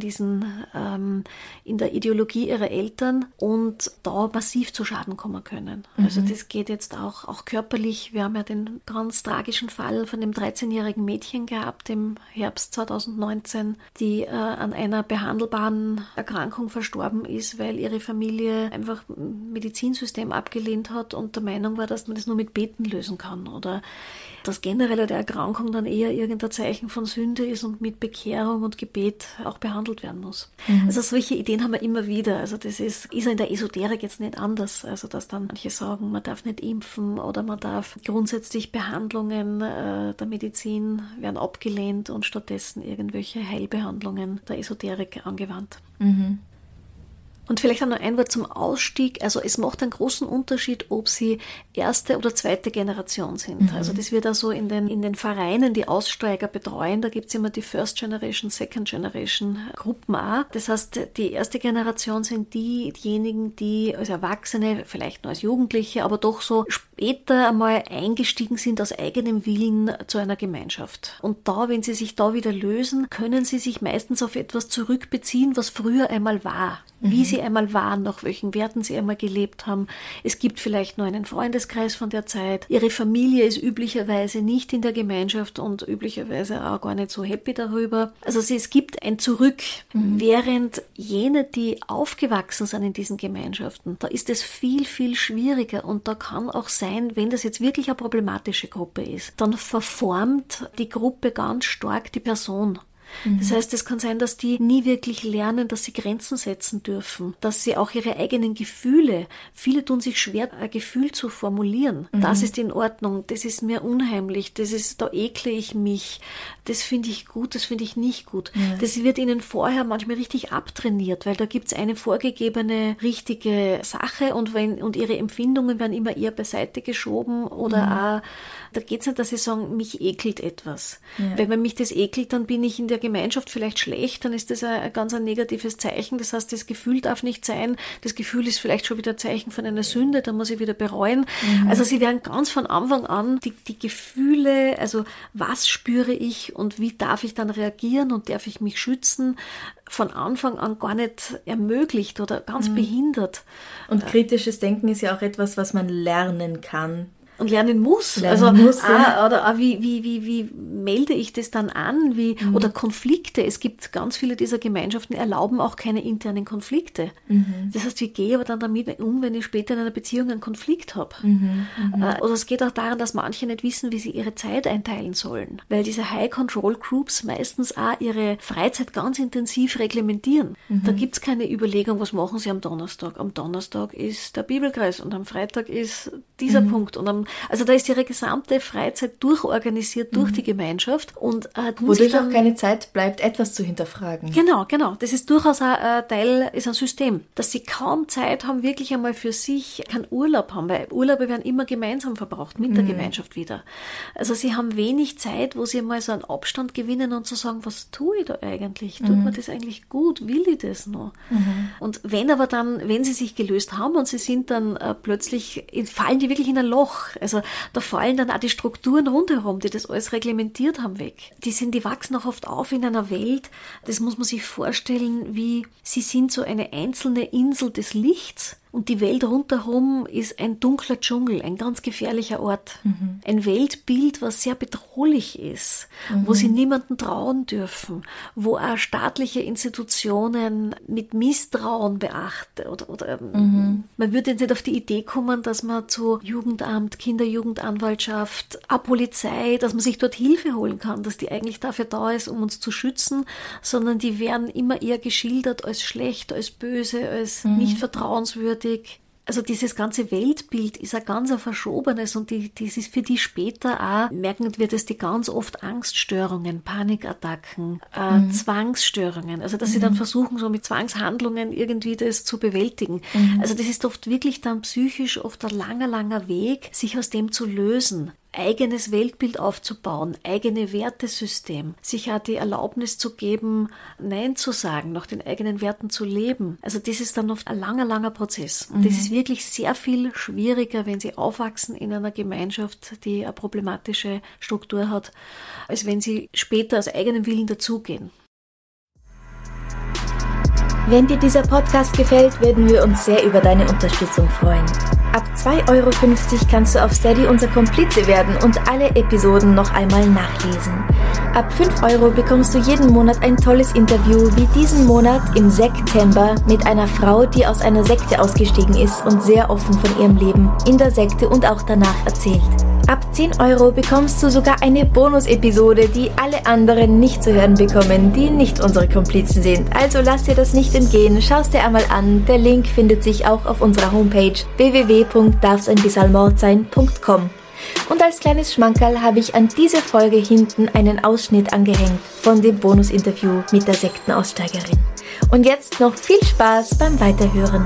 [SPEAKER 3] in der Ideologie ihrer Eltern und da massiv zu Schaden kommen können. Also das geht jetzt auch körperlich. Wir haben ja den ganz tragischen Fall von dem 13-jährigen Mädchen gehabt im Herbst 2019, die an einer behandelbaren Erkrankung verstorben ist, weil ihre Familie einfach ein Medizinsystem abgelehnt hat und der Meinung war, dass man das nur mit Beten lösen kann oder dass generell der Erkrankung dann eher irgendein Zeichen von Sünde ist und mit Bekehrung und Gebet auch behandelt werden muss. Also solche Ideen haben wir immer wieder. Also das ist in der Esoterik jetzt nicht anders. Also dass dann manche sagen, man darf nicht impfen oder man darf grundsätzlich Behandlungen der Medizin werden abgelehnt und stattdessen irgendwelche Heilbehandlungen der Esoterik angewandt. Und vielleicht auch noch ein Wort zum Ausstieg. Also es macht einen großen Unterschied, ob Sie erste oder zweite Generation sind. Also das wird also in den Vereinen die Aussteiger betreuen. Da gibt es immer die First Generation, Second Generation Gruppen auch. Das heißt, die erste Generation sind diejenigen, die als Erwachsene, vielleicht noch als Jugendliche, aber doch so später einmal eingestiegen sind aus eigenem Willen zu einer Gemeinschaft. Und da, wenn sie sich da wieder lösen, können sie sich meistens auf etwas zurückbeziehen, was früher einmal war. Wie sie einmal waren, nach welchen Werten sie einmal gelebt haben. Es gibt vielleicht nur einen Freundeskreis von der Zeit. Ihre Familie ist üblicherweise nicht in der Gemeinschaft und üblicherweise auch gar nicht so happy darüber. Also es gibt ein Zurück, während jene, die aufgewachsen sind in diesen Gemeinschaften, da ist es viel, viel schwieriger und da kann auch sein, wenn das jetzt wirklich eine problematische Gruppe ist, dann verformt die Gruppe ganz stark die Person. Das heißt, es kann sein, dass die nie wirklich lernen, dass sie Grenzen setzen dürfen, dass sie auch ihre eigenen Gefühle, viele tun sich schwer, ein Gefühl zu formulieren. Das ist in Ordnung, das ist mir unheimlich, da ekle ich mich, das finde ich gut, das finde ich nicht gut. Ja. Das wird ihnen vorher manchmal richtig abtrainiert, weil da gibt es eine vorgegebene, richtige Sache und ihre Empfindungen werden immer eher beiseite geschoben oder auch, da geht es nicht, dass sie sagen, mich ekelt etwas. Ja. Wenn mich das ekelt, dann bin ich in der Gemeinschaft vielleicht schlecht, dann ist das ein ganz negatives Zeichen. Das heißt, das Gefühl darf nicht sein. Das Gefühl ist vielleicht schon wieder ein Zeichen von einer Sünde, da muss ich wieder bereuen. Also sie werden ganz von Anfang an die Gefühle, also was spüre ich und wie darf ich dann reagieren und darf ich mich schützen, von Anfang an gar nicht ermöglicht oder ganz behindert. Und
[SPEAKER 2] kritisches Denken ist ja auch etwas, was man lernen kann.
[SPEAKER 3] Und lernen muss. Oder wie melde ich das dann an? Oder Konflikte. Es gibt ganz viele dieser Gemeinschaften, erlauben auch keine internen Konflikte. Das heißt, wie gehe ich aber dann damit um, wenn ich später in einer Beziehung einen Konflikt habe? Oder es geht auch daran, dass manche nicht wissen, wie sie ihre Zeit einteilen sollen. Weil diese High-Control-Groups meistens auch ihre Freizeit ganz intensiv reglementieren. Da gibt es keine Überlegung, was machen sie am Donnerstag. Am Donnerstag ist der Bibelkreis und am Freitag ist dieser Punkt und also da ist ihre gesamte Freizeit durchorganisiert durch die Gemeinschaft. Und
[SPEAKER 2] wodurch auch keine Zeit bleibt, etwas zu hinterfragen.
[SPEAKER 3] Genau. Das ist durchaus ein Teil, ist ein System. Dass sie kaum Zeit haben, wirklich einmal für sich keinen Urlaub haben, weil Urlaube werden immer gemeinsam verbraucht, mit der Gemeinschaft wieder. Also sie haben wenig Zeit, wo sie mal so einen Abstand gewinnen und zu sagen, was tue ich da eigentlich? Tut mir das eigentlich gut? Will ich das noch? Und wenn sie sich gelöst haben und sie sind dann plötzlich, fallen die wirklich in ein Loch. Also da fallen dann auch die Strukturen rundherum, die das alles reglementiert haben, weg. Die wachsen auch oft auf in einer Welt, das muss man sich vorstellen, wie sie sind so eine einzelne Insel des Lichts. Und die Welt rundherum ist ein dunkler Dschungel, ein ganz gefährlicher Ort. Ein Weltbild, was sehr bedrohlich ist, wo sie niemandem trauen dürfen, wo auch staatliche Institutionen mit Misstrauen beachten. Man würde jetzt nicht auf die Idee kommen, dass man zu Jugendamt, Kinderjugendanwaltschaft, auch Polizei, dass man sich dort Hilfe holen kann, dass die eigentlich dafür da ist, um uns zu schützen, sondern die werden immer eher geschildert als schlecht, als böse, als nicht vertrauenswürdig. Also dieses ganze Weltbild ist ein ganz verschobenes und das ist für die später auch, merken wir das, die ganz oft Angststörungen, Panikattacken, Zwangsstörungen, also dass sie dann versuchen, so mit Zwangshandlungen irgendwie das zu bewältigen. Also das ist oft wirklich dann psychisch oft ein langer Weg, sich aus dem zu lösen. eigenes Weltbild aufzubauen, eigene Wertesystem, sich auch die Erlaubnis zu geben, Nein zu sagen, nach den eigenen Werten zu leben. Also das ist dann oft ein langer Prozess. Und das ist wirklich sehr viel schwieriger, wenn sie aufwachsen in einer Gemeinschaft, die eine problematische Struktur hat, als wenn sie später aus eigenem Willen dazugehen.
[SPEAKER 2] Wenn dir dieser Podcast gefällt, würden wir uns sehr über deine Unterstützung freuen. Ab 2,50 € kannst du auf Steady unser Komplize werden und alle Episoden noch einmal nachlesen. Ab 5 € bekommst du jeden Monat ein tolles Interview, wie diesen Monat im September mit einer Frau, die aus einer Sekte ausgestiegen ist und sehr offen von ihrem Leben in der Sekte und auch danach erzählt. Ab 10 € bekommst du sogar eine Bonus-Episode, die alle anderen nicht zu hören bekommen, die nicht unsere Komplizen sind. Also lass dir das nicht entgehen, schau es dir einmal an. Der Link findet sich auch auf unserer Homepage www.darfseinbissalmordsein.com. Und als kleines Schmankerl habe ich an diese Folge hinten einen Ausschnitt angehängt von dem Bonus-Interview mit der Sektenaussteigerin. Und jetzt noch viel Spaß beim Weiterhören.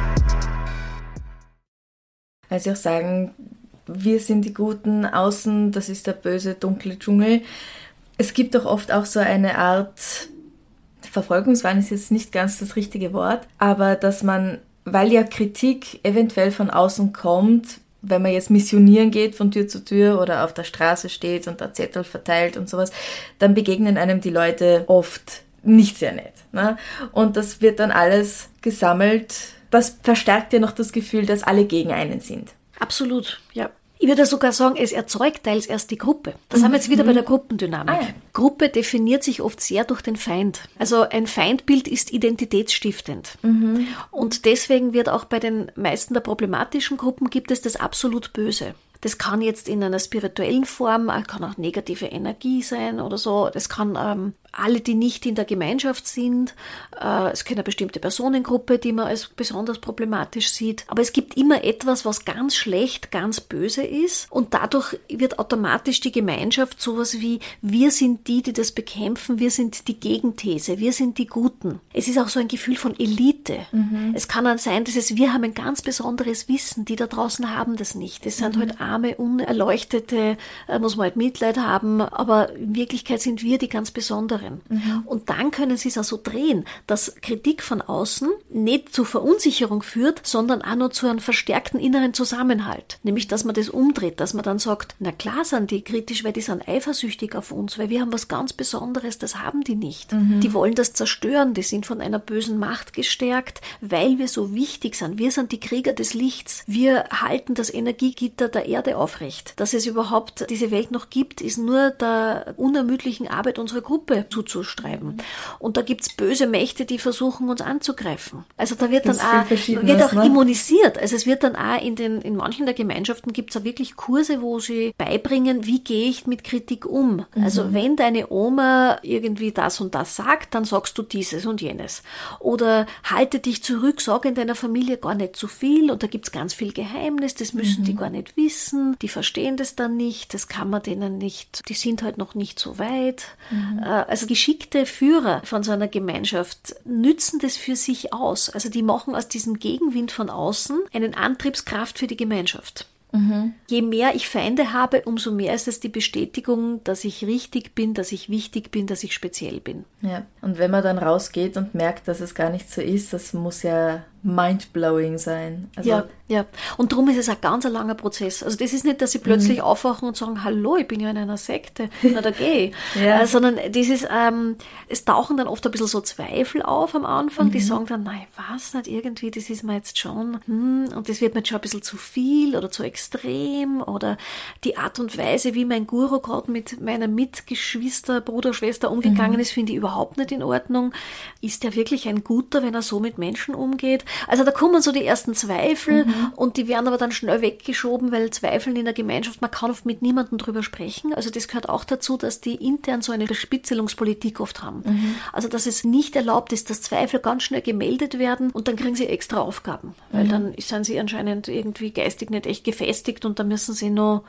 [SPEAKER 2] Also ich sagen, wir sind die Guten, außen, das ist der böse, dunkle Dschungel. Es gibt doch oft auch so eine Art, Verfolgungswahn ist jetzt nicht ganz das richtige Wort, aber dass man, weil ja Kritik eventuell von außen kommt, wenn man jetzt missionieren geht von Tür zu Tür oder auf der Straße steht und da Zettel verteilt und sowas, dann begegnen einem die Leute oft nicht sehr nett. Ne? Und das wird dann alles gesammelt. Das verstärkt ja noch das Gefühl, dass alle gegen einen sind.
[SPEAKER 3] Absolut, ja. Ich würde sogar sagen, es erzeugt teils erst die Gruppe. Da sind wir jetzt wieder bei der Gruppendynamik.
[SPEAKER 2] Ah, ja.
[SPEAKER 3] Gruppe definiert sich oft sehr durch den Feind. Also ein Feindbild ist identitätsstiftend. Und deswegen wird auch bei den meisten der problematischen Gruppen gibt es das absolut Böse. Das kann jetzt in einer spirituellen Form, kann auch negative Energie sein oder so. Das kann alle, die nicht in der Gemeinschaft sind. Es kann eine bestimmte Personengruppe, die man als besonders problematisch sieht. Aber es gibt immer etwas, was ganz schlecht, ganz böse ist. Und dadurch wird automatisch die Gemeinschaft sowas wie, wir sind die das bekämpfen, wir sind die Gegenthese, wir sind die Guten. Es ist auch so ein Gefühl von Elite. Es kann dann sein, dass wir haben ein ganz besonderes Wissen, die da draußen haben das nicht. Das sind halt arme, unerleuchtete, muss man halt Mitleid haben, aber in Wirklichkeit sind wir die ganz Besonderen. Und dann können sie es auch so drehen, dass Kritik von außen nicht zu Verunsicherung führt, sondern auch nur zu einem verstärkten inneren Zusammenhalt. Nämlich, dass man das umdreht, dass man dann sagt, na klar sind die kritisch, weil die sind eifersüchtig auf uns, weil wir haben was ganz Besonderes, das haben die nicht. Die wollen das zerstören, die sind von einer bösen Macht gestärkt, weil wir so wichtig sind. Wir sind die Krieger des Lichts. Wir halten das Energiegitter der Erde aufrecht. Dass es überhaupt diese Welt noch gibt, ist nur der unermüdlichen Arbeit unserer Gruppe zuzustreiben. Und da gibt's böse Mächte, die versuchen, uns anzugreifen. Also da wird dann auch immunisiert. Also es wird dann auch in manchen der Gemeinschaften gibt's auch wirklich Kurse, wo sie beibringen, wie gehe ich mit Kritik um. Also wenn deine Oma irgendwie das und das sagt, dann sagst du dieses und jenes. Oder halte dich zurück, sag in deiner Familie gar nicht zu viel und da gibt's ganz viel Geheimnis, das müssen die gar nicht wissen, die verstehen das dann nicht, das kann man denen nicht, die sind halt noch nicht so weit. Also geschickte Führer von so einer Gemeinschaft nützen das für sich aus. Also die machen aus diesem Gegenwind von außen einen Antriebskraft für die Gemeinschaft. Je mehr ich Feinde habe, umso mehr ist es die Bestätigung, dass ich richtig bin, dass ich wichtig bin, dass ich speziell bin.
[SPEAKER 2] Ja, und wenn man dann rausgeht und merkt, dass es gar nicht so ist, das muss ja mindblowing sein. Also
[SPEAKER 3] ja. Und darum ist es ein ganz langer Prozess. Also das ist nicht, dass sie plötzlich aufwachen und sagen, hallo, ich bin ja in einer Sekte, na da geh. Sondern das ist, es tauchen dann oft ein bisschen so Zweifel auf am Anfang, die sagen dann, nein, was nicht, irgendwie, das ist mir jetzt schon, und das wird mir jetzt schon ein bisschen zu viel oder zu extrem oder die Art und Weise, wie mein Guru gerade mit meiner Mitgeschwister, Bruder, Schwester umgegangen ist, finde ich überhaupt nicht in Ordnung. Ist der wirklich ein Guter, wenn er so mit Menschen umgeht? Also da kommen so die ersten Zweifel und die werden aber dann schnell weggeschoben, weil Zweifeln in der Gemeinschaft, man kann oft mit niemandem drüber sprechen. Also das gehört auch dazu, dass die intern so eine Bespitzelungspolitik oft haben. Also dass es nicht erlaubt ist, dass Zweifel ganz schnell gemeldet werden und dann kriegen sie extra Aufgaben, weil dann sind sie anscheinend irgendwie geistig nicht echt gefestigt und dann müssen sie noch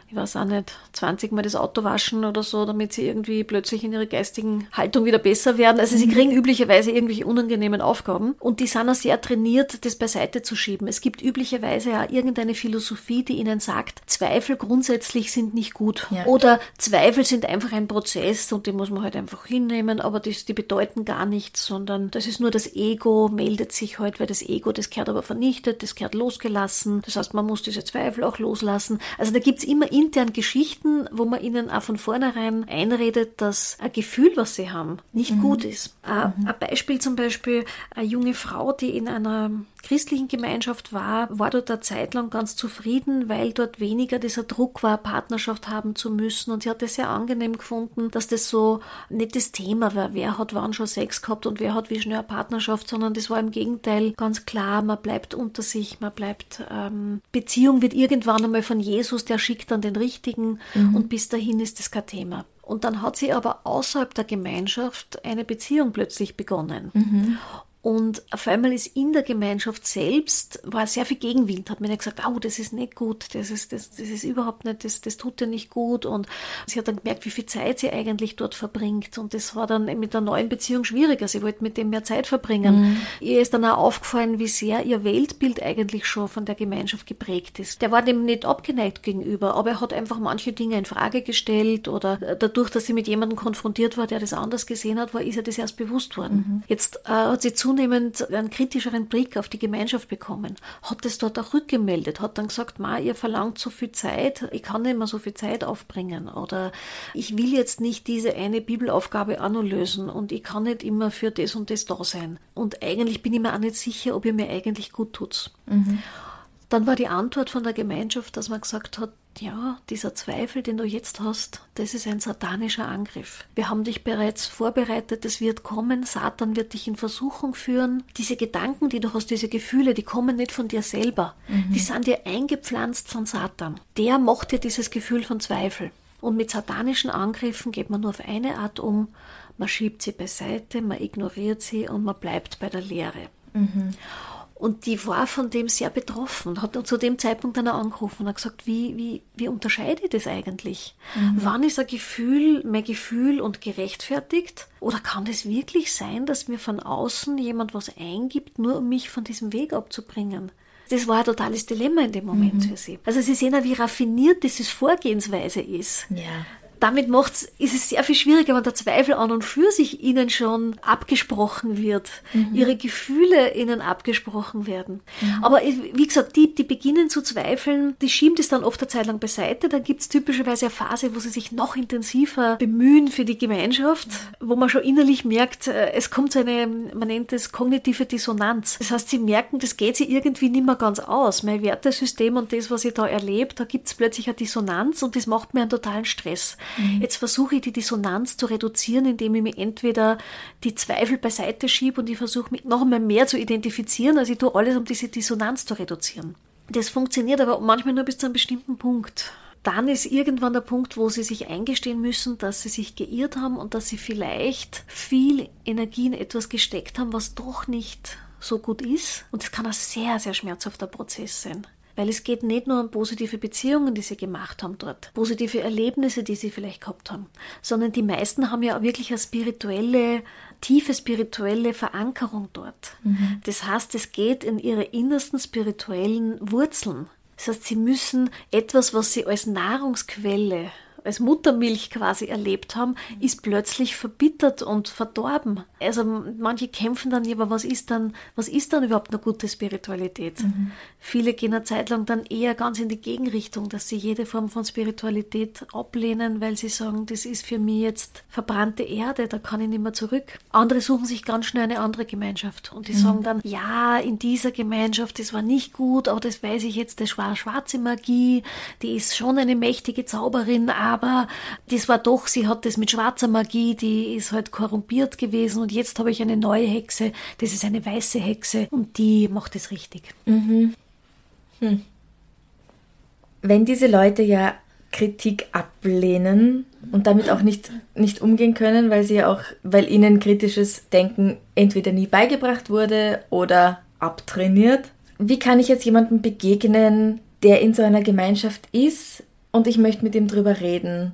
[SPEAKER 3] ich weiß auch nicht, 20 Mal das Auto waschen oder so, damit sie irgendwie plötzlich in ihrer geistigen Haltung wieder besser werden. Also sie kriegen üblicherweise irgendwelche unangenehmen Aufgaben und die sind auch sehr trainiert, das beiseite zu schieben. Es gibt üblicherweise auch irgendeine Philosophie, die ihnen sagt, Zweifel grundsätzlich sind nicht gut. Ja. Oder Zweifel sind einfach ein Prozess und den muss man halt einfach hinnehmen, aber die bedeuten gar nichts, sondern das ist nur das Ego, meldet sich halt, weil das Ego, das gehört aber vernichtet, das gehört losgelassen. Das heißt, man muss diese Zweifel auch loslassen. Also da gibt's immer intern Geschichten, wo man ihnen auch von vornherein einredet, dass ein Gefühl, was sie haben, nicht gut ist. Ein Beispiel zum Beispiel, eine junge Frau, die in einer christlichen Gemeinschaft war dort eine Zeit lang ganz zufrieden, weil dort weniger dieser Druck war, Partnerschaft haben zu müssen. Und sie hat es sehr angenehm gefunden, dass das so nicht das Thema war, wer hat wann schon Sex gehabt und wer hat wie schnell eine Partnerschaft, sondern das war im Gegenteil ganz klar, man bleibt unter sich, man bleibt, Beziehung wird irgendwann einmal von Jesus, der schickt dann den Richtigen und bis dahin ist das kein Thema. Und dann hat sie aber außerhalb der Gemeinschaft eine Beziehung plötzlich begonnen. Und auf einmal ist in der Gemeinschaft selbst, war sehr viel Gegenwind, hat mir nicht gesagt, das ist nicht gut, das ist überhaupt nicht, das tut dir nicht gut. Und sie hat dann gemerkt, wie viel Zeit sie eigentlich dort verbringt. Und das war dann mit der neuen Beziehung schwieriger. Sie wollte mit dem mehr Zeit verbringen. Ihr ist dann auch aufgefallen, wie sehr ihr Weltbild eigentlich schon von der Gemeinschaft geprägt ist. Der war dem nicht abgeneigt gegenüber, aber er hat einfach manche Dinge in Frage gestellt oder dadurch, dass sie mit jemandem konfrontiert war, der das anders gesehen hat, ist ihr das erst bewusst worden. Jetzt hat sie zunehmend einen kritischeren Blick auf die Gemeinschaft bekommen, hat es dort auch rückgemeldet, hat dann gesagt, ihr verlangt so viel Zeit, ich kann nicht mehr so viel Zeit aufbringen oder ich will jetzt nicht diese eine Bibelaufgabe auch noch lösen und ich kann nicht immer für das und das da sein. Und eigentlich bin ich mir auch nicht sicher, ob ihr mir eigentlich gut tut. Dann war die Antwort von der Gemeinschaft, dass man gesagt hat, ja, dieser Zweifel, den du jetzt hast, das ist ein satanischer Angriff. Wir haben dich bereits vorbereitet, es wird kommen, Satan wird dich in Versuchung führen. Diese Gedanken, die du hast, diese Gefühle, die kommen nicht von dir selber. Die sind dir eingepflanzt von Satan. Der macht dir dieses Gefühl von Zweifel. Und mit satanischen Angriffen geht man nur auf eine Art um. Man schiebt sie beiseite, man ignoriert sie und man bleibt bei der Leere. Und die war von dem sehr betroffen, hat zu dem Zeitpunkt dann auch angerufen und hat gesagt, wie unterscheide ich das eigentlich? Wann ist mein Gefühl und gerechtfertigt? Oder kann es wirklich sein, dass mir von außen jemand was eingibt, nur um mich von diesem Weg abzubringen? Das war ein totales Dilemma in dem Moment für sie. Also Sie sehen ja, wie raffiniert dieses Vorgehensweise ist. Ja. Damit ist es sehr viel schwieriger, wenn der Zweifel an und für sich ihnen schon abgesprochen wird, ihre Gefühle ihnen abgesprochen werden. Aber wie gesagt, die beginnen zu zweifeln, die schieben das dann oft eine Zeit lang beiseite, dann gibt es typischerweise eine Phase, wo sie sich noch intensiver bemühen für die Gemeinschaft, wo man schon innerlich merkt, es kommt so man nennt es kognitive Dissonanz. Das heißt, sie merken, das geht sie irgendwie nicht mehr ganz aus. Mein Wertesystem und das, was ich da erlebe, da gibt es plötzlich eine Dissonanz und das macht mir einen totalen Stress. Jetzt versuche ich die Dissonanz zu reduzieren, indem ich mir entweder die Zweifel beiseite schiebe und ich versuche mich noch einmal mehr zu identifizieren, also ich tue alles, um diese Dissonanz zu reduzieren. Das funktioniert aber manchmal nur bis zu einem bestimmten Punkt. Dann ist irgendwann der Punkt, wo sie sich eingestehen müssen, dass sie sich geirrt haben und dass sie vielleicht viel Energie in etwas gesteckt haben, was doch nicht so gut ist. Und das kann ein sehr, sehr schmerzhafter Prozess sein. Weil es geht nicht nur um positive Beziehungen, die sie gemacht haben dort, positive Erlebnisse, die sie vielleicht gehabt haben, sondern die meisten haben ja auch wirklich eine tiefe spirituelle Verankerung dort. Das heißt, es geht in ihre innersten spirituellen Wurzeln. Das heißt, sie müssen etwas, was sie als Nahrungsquelle, als Muttermilch quasi erlebt haben, ist plötzlich verbittert und verdorben. Also manche kämpfen dann, aber was ist dann überhaupt eine gute Spiritualität? Viele gehen eine Zeit lang dann eher ganz in die Gegenrichtung, dass sie jede Form von Spiritualität ablehnen, weil sie sagen, das ist für mich jetzt verbrannte Erde, da kann ich nicht mehr zurück. Andere suchen sich ganz schnell eine andere Gemeinschaft und die sagen dann, ja, in dieser Gemeinschaft, das war nicht gut, aber das weiß ich jetzt, das war schwarze Magie, die ist schon eine mächtige Zauberin, aber das war doch, sie hat das mit schwarzer Magie, die ist halt korrumpiert gewesen und jetzt habe ich eine neue Hexe, das ist eine weiße Hexe und die macht es richtig.
[SPEAKER 2] Wenn diese Leute ja Kritik ablehnen und damit auch nicht umgehen können, weil ihnen kritisches Denken entweder nie beigebracht wurde oder abtrainiert, wie kann ich jetzt jemandem begegnen, der in so einer Gemeinschaft ist und ich möchte mit ihm drüber reden.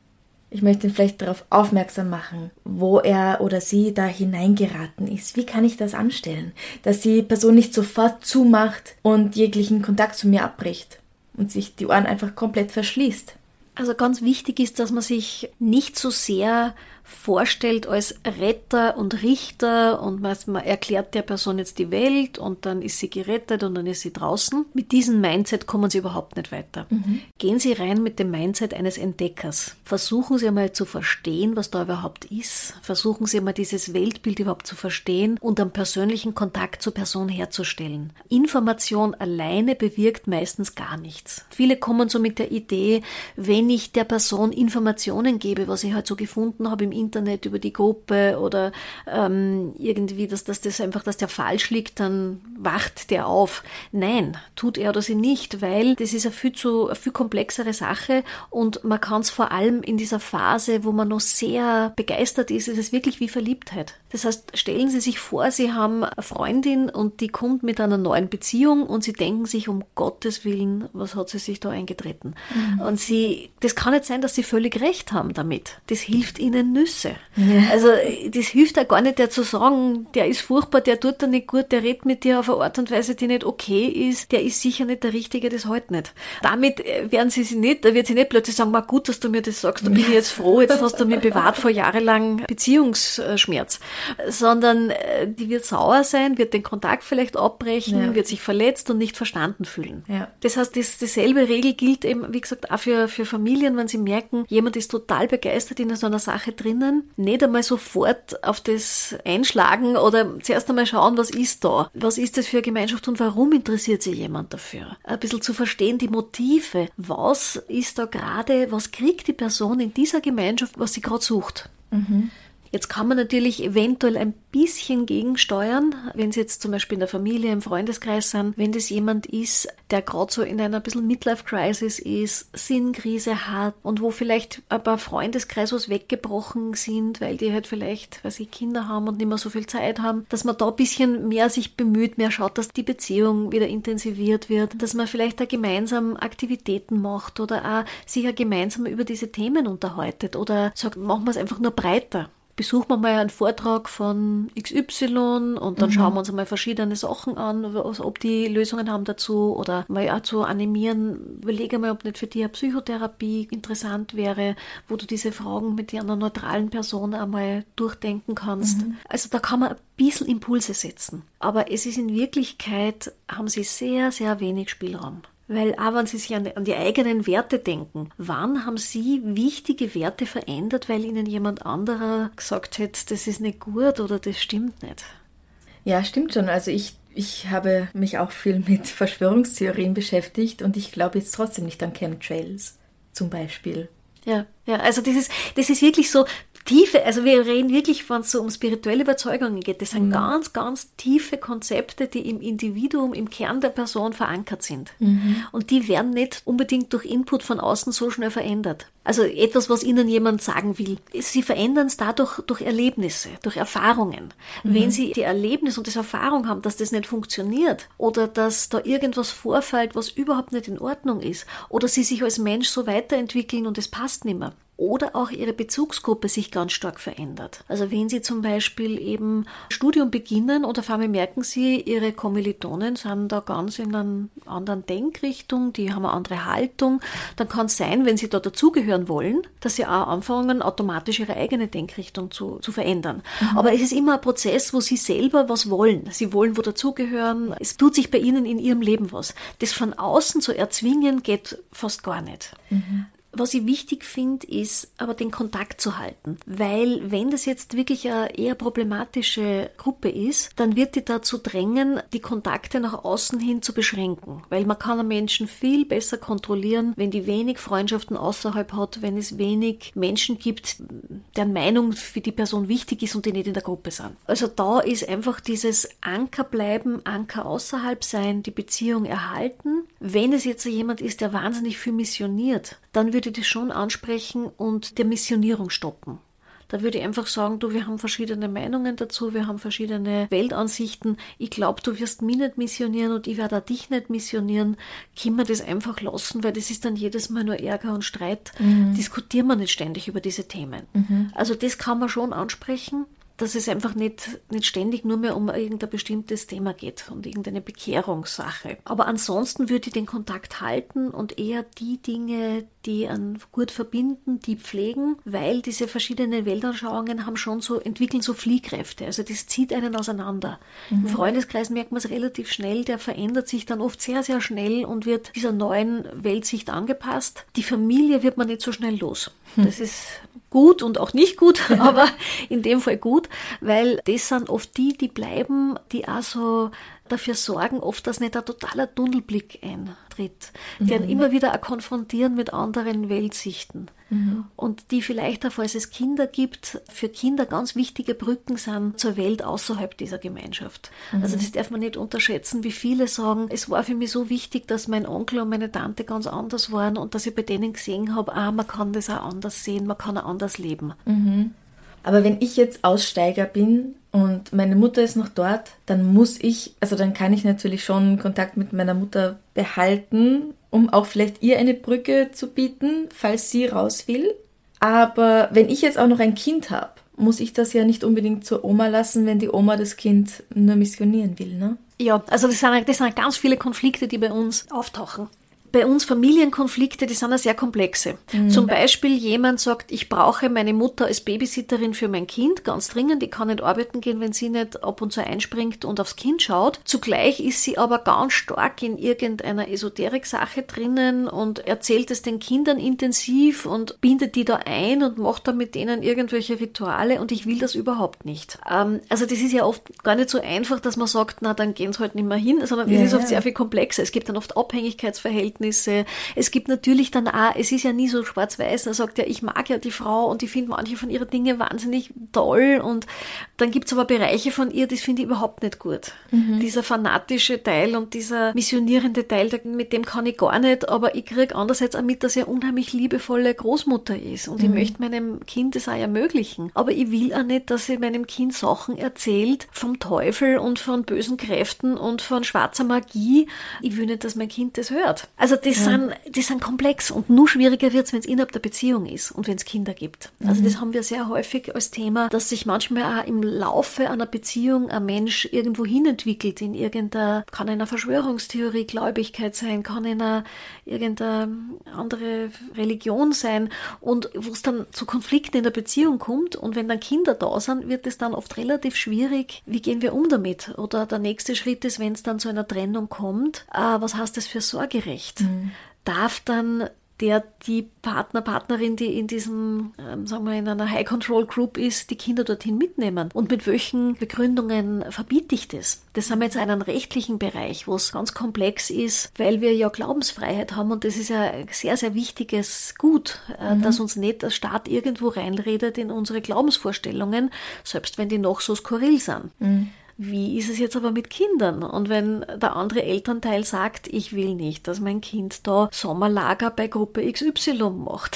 [SPEAKER 2] Ich möchte ihn vielleicht darauf aufmerksam machen, wo er oder sie da hineingeraten ist. Wie kann ich das anstellen? Dass die Person nicht sofort zumacht und jeglichen Kontakt zu mir abbricht und sich die Ohren einfach komplett verschließt.
[SPEAKER 3] Also ganz wichtig ist, dass man sich nicht so sehr vorstellt als Retter und Richter und man erklärt der Person jetzt die Welt und dann ist sie gerettet und dann ist sie draußen. Mit diesem Mindset kommen Sie überhaupt nicht weiter. Gehen Sie rein mit dem Mindset eines Entdeckers. Versuchen Sie einmal zu verstehen, was da überhaupt ist. Versuchen Sie einmal dieses Weltbild überhaupt zu verstehen und einen persönlichen Kontakt zur Person herzustellen. Information alleine bewirkt meistens gar nichts. Viele kommen so mit der Idee, wenn ich der Person Informationen gebe, was ich halt so gefunden habe im Internet über die Gruppe oder irgendwie, dass der falsch liegt, dann wacht der auf. Nein, tut er oder sie nicht, weil das ist eine viel komplexere Sache und man kann es vor allem in dieser Phase, wo man noch sehr begeistert ist es wirklich wie Verliebtheit. Das heißt, stellen Sie sich vor, Sie haben eine Freundin und die kommt mit einer neuen Beziehung und Sie denken sich, um Gottes Willen, was hat sie sich da eingetreten? Und das kann nicht sein, dass Sie völlig recht haben damit. Das hilft Ihnen Nüsse. Ja. Also das hilft ja gar nicht, der zu sagen, der ist furchtbar, der tut dir nicht gut, der redet mit dir auf eine Art und Weise, die nicht okay ist, der ist sicher nicht der Richtige, das halt nicht. Damit wird sie nicht plötzlich sagen, mal gut, dass du mir das sagst, da bin ich jetzt froh, jetzt hast du mich bewahrt vor jahrelang Beziehungsschmerz. Sondern die wird sauer sein, wird den Kontakt vielleicht abbrechen, wird sich verletzt und nicht verstanden fühlen. Ja. Das heißt, dieselbe Regel gilt eben, wie gesagt, auch für Familien, wenn sie merken, jemand ist total begeistert in so einer Sache drinnen, nicht einmal sofort auf das einschlagen oder zuerst einmal schauen, was ist da? Was ist das für eine Gemeinschaft und warum interessiert sich jemand dafür? Ein bisschen zu verstehen, die Motive. Was ist da gerade, was kriegt die Person in dieser Gemeinschaft, was sie gerade sucht? Jetzt kann man natürlich eventuell ein bisschen gegensteuern, wenn Sie jetzt zum Beispiel in der Familie, im Freundeskreis sind, wenn das jemand ist, der gerade so in einer bisschen Midlife-Crisis ist, Sinnkrise hat und wo vielleicht ein paar Freundeskreis was weggebrochen sind, weil die halt vielleicht, weil sie Kinder haben und nicht mehr so viel Zeit haben, dass man da ein bisschen mehr sich bemüht, mehr schaut, dass die Beziehung wieder intensiviert wird, dass man vielleicht da gemeinsam Aktivitäten macht oder auch sich ja gemeinsam über diese Themen unterhaltet oder sagt, machen wir es einfach nur breiter. Besuchen wir mal einen Vortrag von XY und dann schauen wir uns mal verschiedene Sachen an, ob die Lösungen haben dazu oder mal auch zu animieren, überlege mal, ob nicht für dich eine Psychotherapie interessant wäre, wo du diese Fragen mit einer neutralen Person einmal durchdenken kannst. Also da kann man ein bisschen Impulse setzen. Aber es ist in Wirklichkeit, haben sie sehr, sehr wenig Spielraum. Weil auch wenn Sie sich an die eigenen Werte denken, wann haben Sie wichtige Werte verändert, weil Ihnen jemand anderer gesagt hat, das ist nicht gut oder das stimmt nicht?
[SPEAKER 2] Ja, stimmt schon. Also ich habe mich auch viel mit Verschwörungstheorien beschäftigt und ich glaube jetzt trotzdem nicht an Chemtrails zum Beispiel.
[SPEAKER 3] Ja, also das ist wirklich so tiefe, also wir reden wirklich, wenn es so um spirituelle Überzeugungen geht, das sind ganz, ganz tiefe Konzepte, die im Individuum, im Kern der Person verankert sind. Und die werden nicht unbedingt durch Input von außen so schnell verändert. Also etwas, was Ihnen jemand sagen will. Sie verändern es dadurch durch Erlebnisse, durch Erfahrungen. Wenn Sie die Erlebnis und die Erfahrung haben, dass das nicht funktioniert oder dass da irgendwas vorfällt, was überhaupt nicht in Ordnung ist oder Sie sich als Mensch so weiterentwickeln und es passt nicht mehr. Oder auch Ihre Bezugsgruppe sich ganz stark verändert. Also wenn Sie zum Beispiel eben Studium beginnen und auf einmal merken Sie, Ihre Kommilitonen sind da ganz in einer anderen Denkrichtung, die haben eine andere Haltung, dann kann es sein, wenn Sie da dazugehören wollen, dass Sie auch anfangen, automatisch Ihre eigene Denkrichtung zu verändern. Aber es ist immer ein Prozess, wo Sie selber was wollen. Sie wollen wo dazugehören. Es tut sich bei Ihnen in Ihrem Leben was. Das von außen zu erzwingen, geht fast gar nicht. Was ich wichtig finde, ist aber den Kontakt zu halten, weil wenn das jetzt wirklich eine eher problematische Gruppe ist, dann wird die dazu drängen, die Kontakte nach außen hin zu beschränken, weil man kann einen Menschen viel besser kontrollieren, wenn die wenig Freundschaften außerhalb hat, wenn es wenig Menschen gibt, deren Meinung für die Person wichtig ist und die nicht in der Gruppe sind. Also da ist einfach dieses Anker bleiben, Anker außerhalb sein, die Beziehung erhalten. Wenn es jetzt jemand ist, der wahnsinnig viel missioniert, dann würde ich das schon ansprechen und der Missionierung stoppen. Da würde ich einfach sagen, du, wir haben verschiedene Meinungen dazu, wir haben verschiedene Weltansichten. Ich glaube, du wirst mich nicht missionieren und ich werde auch dich nicht missionieren. Können wir das einfach lassen, weil das ist dann jedes Mal nur Ärger und Streit. Diskutieren wir nicht ständig über diese Themen. Also das kann man schon ansprechen, dass es einfach nicht ständig nur mehr um irgendein bestimmtes Thema geht und irgendeine Bekehrungssache. Aber ansonsten würde ich den Kontakt halten und eher die Dinge, die einen gut verbinden, die pflegen, weil diese verschiedenen Weltanschauungen entwickeln so Fliehkräfte. Also das zieht einen auseinander. Im Freundeskreis merkt man es relativ schnell, der verändert sich dann oft sehr, sehr schnell und wird dieser neuen Weltsicht angepasst. Die Familie wird man nicht so schnell los. Das ist gut und auch nicht gut, aber in dem Fall gut, weil das sind oft die bleiben, die auch so dafür sorgen, oft, dass nicht ein totaler Tunnelblick eintritt. Die einen immer wieder auch konfrontieren mit anderen Weltsichten. Und die vielleicht auch, falls es Kinder gibt, für Kinder ganz wichtige Brücken sind zur Welt außerhalb dieser Gemeinschaft. Also das darf man nicht unterschätzen, wie viele sagen, es war für mich so wichtig, dass mein Onkel und meine Tante ganz anders waren und dass ich bei denen gesehen habe, man kann das auch anders sehen, man kann auch anders leben.
[SPEAKER 2] Aber wenn ich jetzt Aussteiger bin und meine Mutter ist noch dort, dann dann kann ich natürlich schon Kontakt mit meiner Mutter behalten, um auch vielleicht ihr eine Brücke zu bieten, falls sie raus will. Aber wenn ich jetzt auch noch ein Kind habe, muss ich das ja nicht unbedingt zur Oma lassen, wenn die Oma das Kind nur missionieren will, ne?
[SPEAKER 3] Ja, also das sind ganz viele Konflikte, die bei uns auftauchen. Bei uns Familienkonflikte, die sind ja sehr komplexe. Zum Beispiel jemand sagt, ich brauche meine Mutter als Babysitterin für mein Kind, ganz dringend, ich kann nicht arbeiten gehen, wenn sie nicht ab und zu einspringt und aufs Kind schaut. Zugleich ist sie aber ganz stark in irgendeiner Esoterik-Sache drinnen und erzählt es den Kindern intensiv und bindet die da ein und macht da mit denen irgendwelche Rituale und ich will das überhaupt nicht. Also das ist ja oft gar nicht so einfach, dass man sagt, na dann gehen sie halt nicht mehr hin, sondern es ist oft sehr viel komplexer. Es gibt dann oft Abhängigkeitsverhältnisse. Es gibt natürlich dann auch, es ist ja nie so schwarz-weiß, er sagt ja, ich mag ja die Frau und ich finde manche von ihren Dingen wahnsinnig toll und dann gibt es aber Bereiche von ihr, das finde ich überhaupt nicht gut. Dieser fanatische Teil und dieser missionierende Teil, mit dem kann ich gar nicht, aber ich kriege andererseits auch mit, dass er unheimlich liebevolle Großmutter ist und ich möchte meinem Kind das auch ermöglichen. Aber ich will auch nicht, dass sie meinem Kind Sachen erzählt vom Teufel und von bösen Kräften und von schwarzer Magie. Ich will nicht, dass mein Kind das hört. Also das sind komplex und nur schwieriger wird es, wenn es innerhalb der Beziehung ist und wenn es Kinder gibt. Also das haben wir sehr häufig als Thema, dass sich manchmal auch im Laufe einer Beziehung ein Mensch irgendwo hin entwickelt, kann in einer Verschwörungstheorie Gläubigkeit sein, kann in irgendeine andere Religion sein und wo es dann zu Konflikten in der Beziehung kommt und wenn dann Kinder da sind, wird es dann oft relativ schwierig, wie gehen wir um damit? Oder der nächste Schritt ist, wenn es dann zu einer Trennung kommt, was heißt das für Sorgerecht? Darf dann die Partnerin, die in diesem, sagen wir, in einer High-Control-Group ist, die Kinder dorthin mitnehmen? Und mit welchen Begründungen verbiete ich das? Das haben wir jetzt in einem rechtlichen Bereich, wo es ganz komplex ist, weil wir ja Glaubensfreiheit haben und das ist ja ein sehr, sehr wichtiges Gut, dass uns nicht der Staat irgendwo reinredet in unsere Glaubensvorstellungen, selbst wenn die noch so skurril sind. Wie ist es jetzt aber mit Kindern? Und wenn der andere Elternteil sagt, ich will nicht, dass mein Kind da Sommerlager bei Gruppe XY macht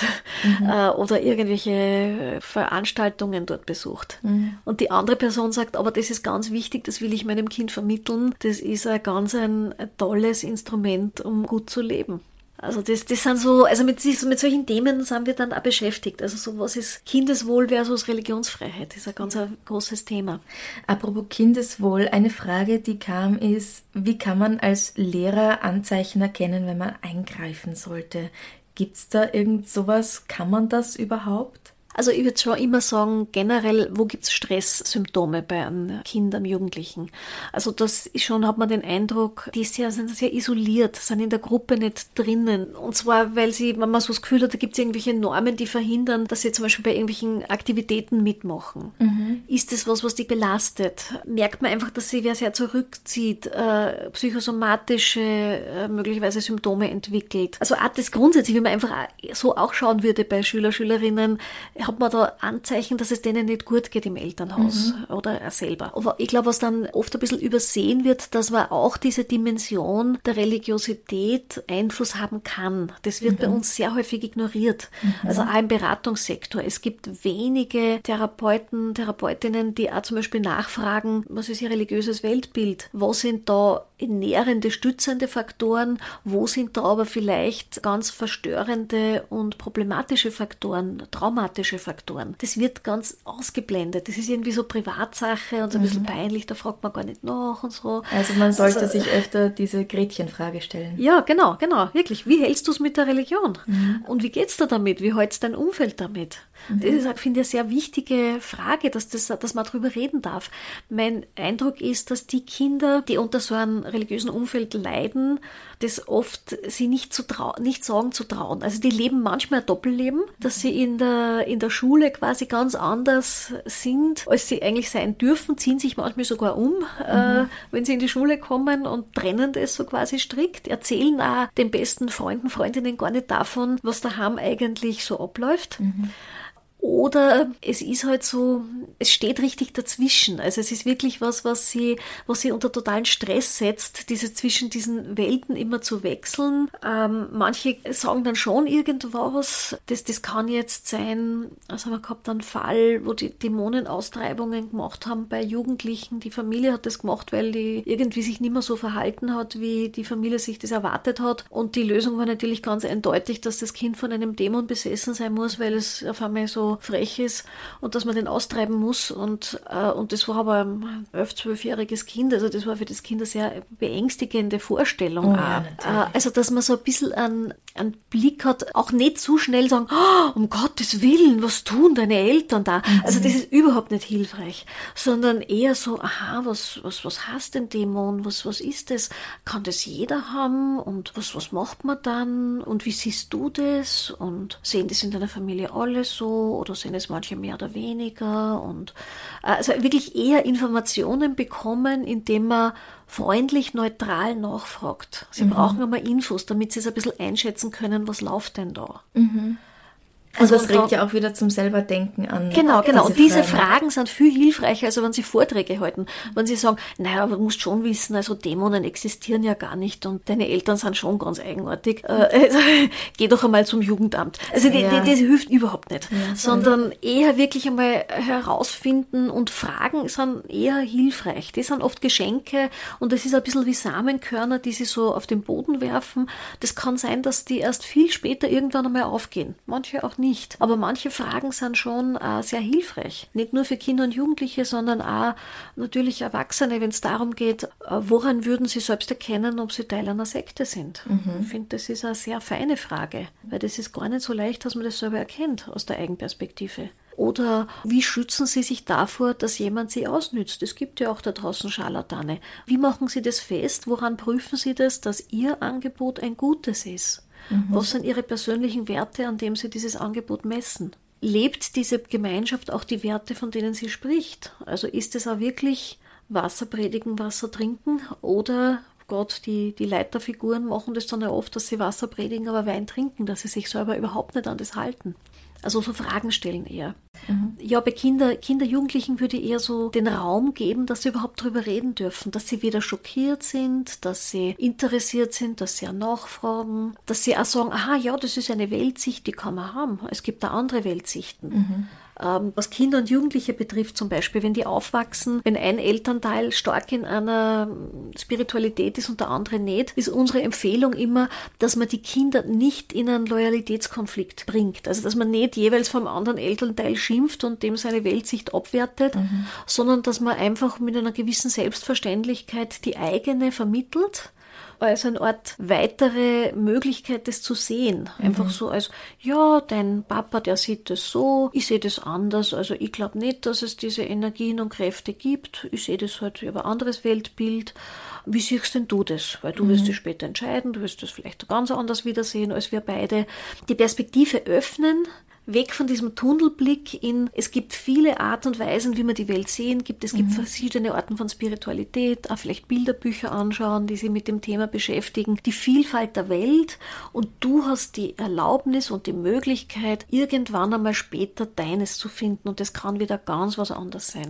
[SPEAKER 3] oder irgendwelche Veranstaltungen dort besucht. Und die andere Person sagt, aber das ist ganz wichtig, das will ich meinem Kind vermitteln. Das ist ein tolles Instrument, um gut zu leben. Also das sind so, also mit solchen Themen sind wir dann auch beschäftigt. Also so was ist Kindeswohl versus Religionsfreiheit, das ist ein ganz großes Thema.
[SPEAKER 2] Apropos Kindeswohl, eine Frage, die kam, ist, wie kann man als Lehrer Anzeichen erkennen, wenn man eingreifen sollte? Gibt's da irgend sowas? Kann man das überhaupt?
[SPEAKER 3] Also ich würde schon immer sagen, generell, wo gibt's Stresssymptome bei einem Kind, einem Jugendlichen? Also das ist schon, hat man den Eindruck, die sind sehr isoliert, sind in der Gruppe nicht drinnen. Und zwar, weil wenn man so das Gefühl hat, da gibt's irgendwelche Normen, die verhindern, dass sie zum Beispiel bei irgendwelchen Aktivitäten mitmachen. Ist das was die belastet? Merkt man einfach, dass sie wer sehr zurückzieht, psychosomatische möglicherweise Symptome entwickelt. Also auch das grundsätzlich, wie man einfach so auch schauen würde bei Schüler, Schülerinnen, hat man da Anzeichen, dass es denen nicht gut geht im Elternhaus oder er selber. Aber ich glaube, was dann oft ein bisschen übersehen wird, dass man auch diese Dimension der Religiosität Einfluss haben kann. Das wird bei uns sehr häufig ignoriert. Also auch im Beratungssektor. Es gibt wenige Therapeuten, Therapeutinnen, die auch zum Beispiel nachfragen, was ist ihr religiöses Weltbild? Was sind da nährende, stützende Faktoren? Wo sind da aber vielleicht ganz verstörende und problematische Faktoren, traumatische Faktoren? Das wird ganz ausgeblendet. Das ist irgendwie so Privatsache und so ein bisschen peinlich, da fragt man gar nicht nach und so.
[SPEAKER 2] Also man sollte sich öfter diese Gretchenfrage stellen.
[SPEAKER 3] Ja, genau, wirklich. Wie hältst du es mit der Religion? Und wie geht's dir damit? Wie hältst dein Umfeld damit? Das ist, finde ich, eine sehr wichtige Frage, dass man darüber reden darf. Mein Eindruck ist, dass die Kinder, die unter so einem religiösen Umfeld leiden, das oft sie nicht sagen zu trauen. Also die leben manchmal ein Doppelleben, dass sie in der Schule quasi ganz anders sind, als sie eigentlich sein dürfen, ziehen sich manchmal sogar um, wenn sie in die Schule kommen und trennen das so quasi strikt, erzählen auch den besten Freunden, Freundinnen gar nicht davon, was daheim eigentlich so abläuft. Oder es ist halt so, es steht richtig dazwischen. Also es ist wirklich was sie unter totalen Stress setzt, zwischen diesen Welten immer zu wechseln. Manche sagen dann schon irgendwas. Das kann jetzt sein, also haben wir gehabt einen Fall, wo die Dämonenaustreibungen gemacht haben bei Jugendlichen. Die Familie hat das gemacht, weil die irgendwie sich nicht mehr so verhalten hat, wie die Familie sich das erwartet hat. Und die Lösung war natürlich ganz eindeutig, dass das Kind von einem Dämon besessen sein muss, weil es auf einmal so frech ist und dass man den austreiben muss und das war aber ein 11-, 12-jähriges Kind, also das war für das Kind eine sehr beängstigende Vorstellung. Also dass man so ein bisschen einen Blick hat, auch nicht zu schnell sagen, um Gottes Willen, was tun deine Eltern da? Also das ist überhaupt nicht hilfreich, sondern eher so, was heißt denn Dämon, was ist das? Kann das jeder haben und was macht man dann und wie siehst du das und sehen das in deiner Familie alle so oder sehen es manche mehr oder weniger und also wirklich eher Informationen bekommen, indem man freundlich, neutral nachfragt. Sie brauchen einmal Infos, damit sie es ein bisschen einschätzen können, was läuft denn da.
[SPEAKER 2] Also das regt ja auch wieder zum Selberdenken an.
[SPEAKER 3] Genau. Und diese Fragen sind viel hilfreicher, als wenn Sie Vorträge halten. Wenn Sie sagen, naja, aber du musst schon wissen, also Dämonen existieren ja gar nicht und deine Eltern sind schon ganz eigenartig. Also, geh doch einmal zum Jugendamt. Also das hilft überhaupt nicht. Sondern eher wirklich einmal herausfinden und Fragen sind eher hilfreich. Die sind oft Geschenke und das ist ein bisschen wie Samenkörner, die Sie so auf den Boden werfen. Das kann sein, dass die erst viel später irgendwann einmal aufgehen. Manche auch nicht. Aber manche Fragen sind schon sehr hilfreich. Nicht nur für Kinder und Jugendliche, sondern auch natürlich Erwachsene, wenn es darum geht, woran würden sie selbst erkennen, ob sie Teil einer Sekte sind. Ich finde, das ist eine sehr feine Frage, weil das ist gar nicht so leicht, dass man das selber erkennt aus der Eigenperspektive. Oder wie schützen Sie sich davor, dass jemand Sie ausnützt? Es gibt ja auch da draußen Scharlatane. Wie machen Sie das fest? Woran prüfen Sie das, dass Ihr Angebot ein gutes ist? Was sind Ihre persönlichen Werte, an denen Sie dieses Angebot messen? Lebt diese Gemeinschaft auch die Werte, von denen sie spricht? Also ist es auch wirklich Wasser predigen, Wasser trinken? Oder Gott, die Leiterfiguren machen das dann ja oft, dass sie Wasser predigen, aber Wein trinken, dass sie sich selber überhaupt nicht an das halten. Also so Fragen stellen eher. Ja, bei Kinder, Jugendlichen würde ich eher so den Raum geben, dass sie überhaupt drüber reden dürfen, dass sie weder schockiert sind, dass sie interessiert sind, dass sie auch nachfragen, dass sie auch sagen, das ist eine Weltsicht, die kann man haben. Es gibt da andere Weltsichten. Was Kinder und Jugendliche betrifft zum Beispiel, wenn die aufwachsen, wenn ein Elternteil stark in einer Spiritualität ist und der andere nicht, ist unsere Empfehlung immer, dass man die Kinder nicht in einen Loyalitätskonflikt bringt. Also dass man nicht jeweils vom anderen Elternteil schimpft und dem seine Weltsicht abwertet, sondern dass man einfach mit einer gewissen Selbstverständlichkeit die eigene vermittelt, als eine Art weitere Möglichkeit, das zu sehen. Einfach so als, ja, dein Papa, der sieht das so, ich sehe das anders. Also ich glaube nicht, dass es diese Energien und Kräfte gibt. Ich sehe das halt über ein anderes Weltbild. Wie siehst denn du das? Weil du wirst dich später entscheiden, du wirst das vielleicht ganz anders wiedersehen als wir beide. Die Perspektive öffnen, Weg von diesem Tunnelblick in, es gibt viele Art und Weisen, wie man die Welt sehen gibt. Es gibt verschiedene Arten von Spiritualität, auch vielleicht Bilderbücher anschauen, die sich mit dem Thema beschäftigen. Die Vielfalt der Welt und du hast die Erlaubnis und die Möglichkeit, irgendwann einmal später deines zu finden und das kann wieder ganz was anderes sein.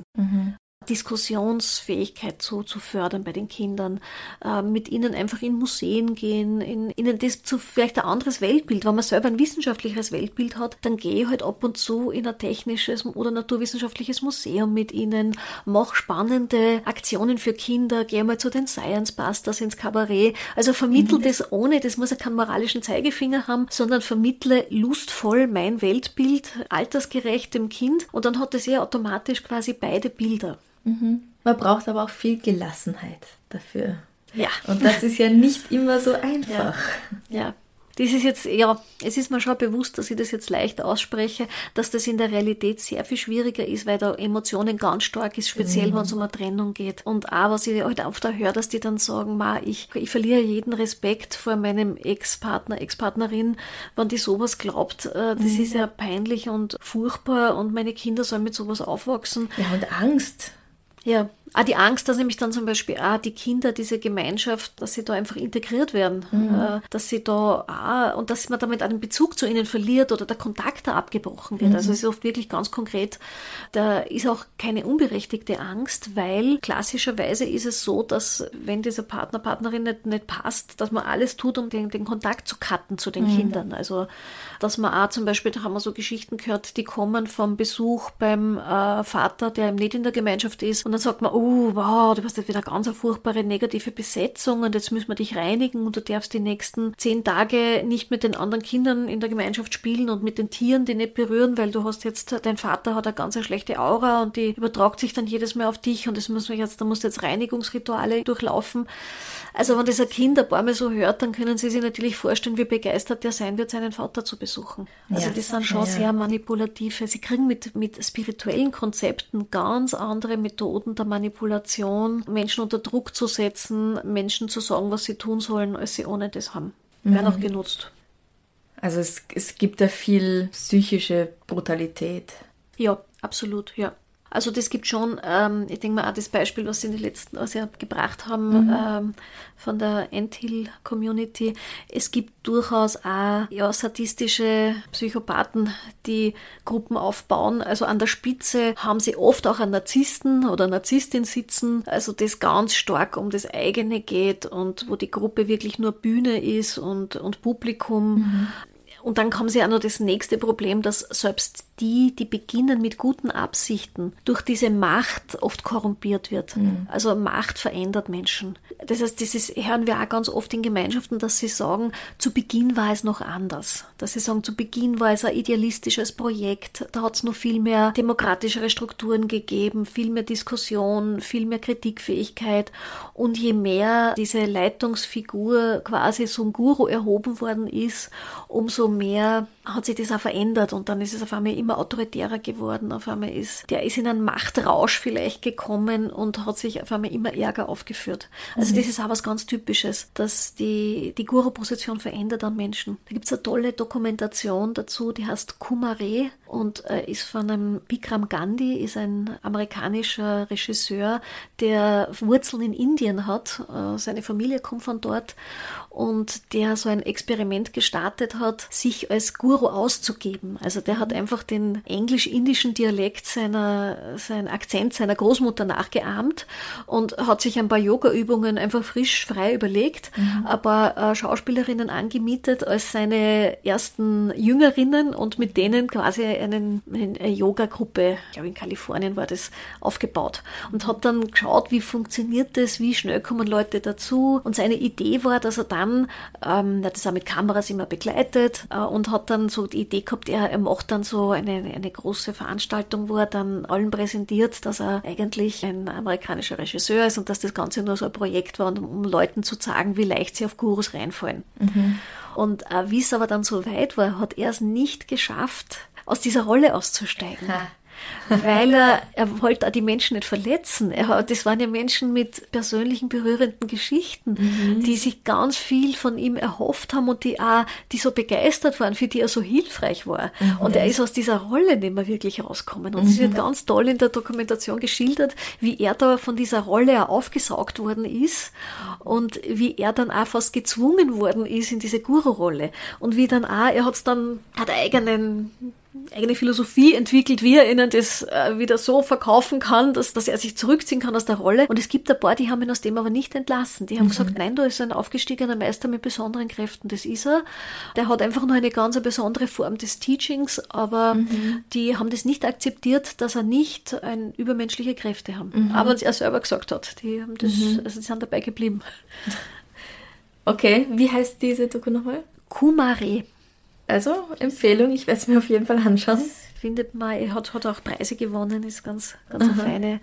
[SPEAKER 3] Diskussionsfähigkeit zu fördern bei den Kindern, mit ihnen einfach in Museen gehen, ihnen das zu vielleicht ein anderes Weltbild. Wenn man selber ein wissenschaftliches Weltbild hat, dann gehe ich halt ab und zu in ein technisches oder naturwissenschaftliches Museum mit ihnen, mache spannende Aktionen für Kinder, gehe mal zu den Science Busters ins Kabarett. Also vermittle das ohne, das muss ja keinen moralischen Zeigefinger haben, sondern vermittle lustvoll mein Weltbild, altersgerecht dem Kind und dann hat das ja automatisch quasi beide Bilder.
[SPEAKER 2] Man braucht aber auch viel Gelassenheit dafür.
[SPEAKER 3] Ja.
[SPEAKER 2] Und das ist ja nicht immer so einfach.
[SPEAKER 3] Ja. Das ist jetzt, ja, es ist mir schon bewusst, dass ich das jetzt leicht ausspreche, dass das in der Realität sehr viel schwieriger ist, weil da Emotionen ganz stark ist, speziell wenn es um eine Trennung geht. Und auch, was ich halt oft höre, dass die dann sagen, ich verliere jeden Respekt vor meinem Ex-Partner, Ex-Partnerin, wenn die sowas glaubt. Das ist ja peinlich und furchtbar und meine Kinder sollen mit sowas aufwachsen.
[SPEAKER 2] Ja, und Angst.
[SPEAKER 3] Ja, auch die Angst, dass nämlich dann zum Beispiel auch die Kinder, diese Gemeinschaft, dass sie da einfach integriert werden, dass sie da auch, und dass man damit einen Bezug zu ihnen verliert oder der Kontakt da abgebrochen wird. Also es ist oft wirklich ganz konkret, da ist auch keine unberechtigte Angst, weil klassischerweise ist es so, dass wenn dieser Partner, Partnerin nicht passt, dass man alles tut, um den Kontakt zu cutten zu den Kindern. Also dass man auch zum Beispiel, da haben wir so Geschichten gehört, die kommen vom Besuch beim Vater, der nicht in der Gemeinschaft ist, und dann sagt man, wow, du hast jetzt wieder ganz eine furchtbare negative Besetzung und jetzt müssen wir dich reinigen und du darfst die nächsten 10 Tage nicht mit den anderen Kindern in der Gemeinschaft spielen und mit den Tieren die nicht berühren, weil du hast jetzt, dein Vater hat eine ganz schlechte Aura und die übertragt sich dann jedes Mal auf dich und da musst du jetzt Reinigungsrituale durchlaufen. Also wenn das ein Kind ein paar Mal so hört, dann können Sie sich natürlich vorstellen, wie begeistert der sein wird, seinen Vater zu besuchen. Also das sind schon sehr manipulative. Sie kriegen mit spirituellen Konzepten ganz andere Methoden der Manipulation, Menschen unter Druck zu setzen, Menschen zu sagen, was sie tun sollen, als sie ohne das haben. Werden auch genutzt.
[SPEAKER 2] Also es gibt da viel psychische Brutalität.
[SPEAKER 3] Ja, absolut, ja. Also das gibt schon, ich denke mal auch das Beispiel, was Sie in den letzten Jahren gebracht haben, von der Anthill-Community. Es gibt durchaus auch sadistische Psychopathen, die Gruppen aufbauen. Also an der Spitze haben sie oft auch einen Narzissten oder Narzisstin sitzen. Also das ganz stark um das eigene geht und wo die Gruppe wirklich nur Bühne ist und Publikum. Und dann kommen sie auch noch das nächste Problem, dass selbst die beginnen mit guten Absichten, durch diese Macht oft korrumpiert wird. Also Macht verändert Menschen. Das heißt, hören wir auch ganz oft in Gemeinschaften, dass sie sagen, zu Beginn war es noch anders. Dass sie sagen, zu Beginn war es ein idealistisches Projekt, da hat es noch viel mehr demokratischere Strukturen gegeben, viel mehr Diskussion, viel mehr Kritikfähigkeit. Und je mehr diese Leitungsfigur quasi zum Guru erhoben worden ist, umso mehr hat sich das auch verändert und dann ist es auf einmal immer autoritärer geworden. Auf einmal ist in einen Machtrausch vielleicht gekommen und hat sich auf einmal immer Ärger aufgeführt. Also das ist auch was ganz Typisches, dass die Guru-Position verändert an Menschen. Da gibt es eine tolle Dokumentation dazu, die heißt Kumare und ist von einem Bikram Gandhi, ist ein amerikanischer Regisseur, der Wurzeln in Indien hat. Seine Familie kommt von dort und der so ein Experiment gestartet hat, sich als Guru auszugeben. Also der hat einfach den englisch-indischen Dialekt seinen Akzent seiner Großmutter nachgeahmt und hat sich ein paar Yoga-Übungen einfach frisch, frei überlegt, ein paar Schauspielerinnen angemietet als seine ersten Jüngerinnen und mit denen quasi eine Yoga-Gruppe, ich glaube in Kalifornien war das, aufgebaut und hat dann geschaut, wie funktioniert das, wie schnell kommen Leute dazu und seine Idee war, dass er dann, er hat das auch mit Kameras immer begleitet und hat dann so die Idee gehabt, er macht dann so eine große Veranstaltung, wo er dann allen präsentiert, dass er eigentlich ein amerikanischer Regisseur ist und dass das Ganze nur so ein Projekt war, um Leuten zu zeigen, wie leicht sie auf Gurus reinfallen. Und wie es aber dann so weit war, hat er es nicht geschafft, aus dieser Rolle auszusteigen. weil er wollte auch die Menschen nicht verletzen. Das waren ja Menschen mit persönlichen, berührenden Geschichten, die sich ganz viel von ihm erhofft haben und die so begeistert waren, für die er so hilfreich war. Und er ist aus dieser Rolle nicht mehr wirklich rausgekommen. Und es wird ganz toll in der Dokumentation geschildert, wie er da von dieser Rolle auch aufgesaugt worden ist und wie er dann auch fast gezwungen worden ist in diese Guru-Rolle. Und wie dann auch, er hat eigene Philosophie entwickelt, wie er ihnen das wieder so verkaufen kann, dass er sich zurückziehen kann aus der Rolle. Und es gibt ein paar, die haben ihn aus dem aber nicht entlassen. Die haben gesagt, nein, da ist ein aufgestiegener Meister mit besonderen Kräften. Das ist er. Der hat einfach nur eine ganz besondere Form des Teachings, aber die haben das nicht akzeptiert, dass er nicht übermenschliche Kräfte haben. Aber was er selber gesagt hat, die haben das, also die sind dabei geblieben.
[SPEAKER 2] Okay, wie heißt diese Doku nochmal?
[SPEAKER 3] Kumare.
[SPEAKER 2] Also, Empfehlung, ich werde es mir auf jeden Fall anschauen.
[SPEAKER 3] Das findet man, er hat auch Preise gewonnen, ist ganz eine feine,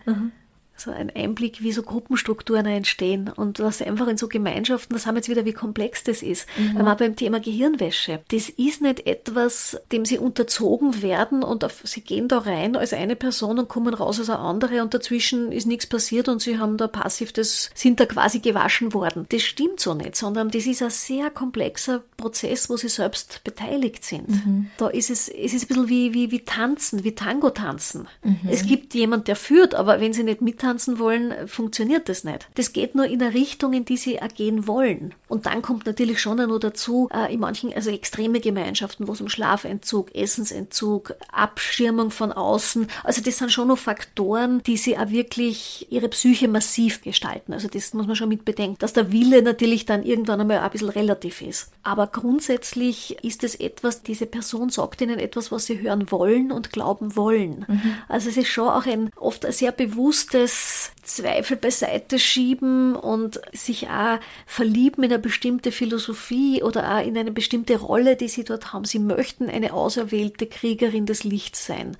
[SPEAKER 3] so ein Einblick, wie so Gruppenstrukturen entstehen und was einfach in so Gemeinschaften, das haben wir jetzt wieder, wie komplex das ist. Weil man beim Thema Gehirnwäsche, das ist nicht etwas, dem sie unterzogen werden und sie gehen da rein als eine Person und kommen raus als eine andere und dazwischen ist nichts passiert und sie haben da passiv, sind da quasi gewaschen worden. Das stimmt so nicht, sondern das ist ein sehr komplexer Prozess, wo sie selbst beteiligt sind. Da ist es ist ein bisschen wie Tanzen, wie Tango-Tanzen. Es gibt jemand, der führt, aber wenn sie nicht mittanzen wollen, funktioniert das nicht. Das geht nur in eine Richtung, in die sie auch gehen wollen. Und dann kommt natürlich schon noch dazu, in manchen, also extreme Gemeinschaften, wo es um Schlafentzug, Essensentzug, Abschirmung von außen, also das sind schon noch Faktoren, die sie auch wirklich ihre Psyche massiv gestalten. Also das muss man schon mit bedenken, dass der Wille natürlich dann irgendwann einmal ein bisschen relativ ist. Aber grundsätzlich ist es etwas, diese Person sagt ihnen etwas, was sie hören wollen und glauben wollen. Also es ist schon auch oft ein sehr bewusstes Zweifel beiseite schieben und sich auch verlieben in eine bestimmte Philosophie oder auch in eine bestimmte Rolle, die sie dort haben. Sie möchten eine auserwählte Kriegerin des Lichts sein.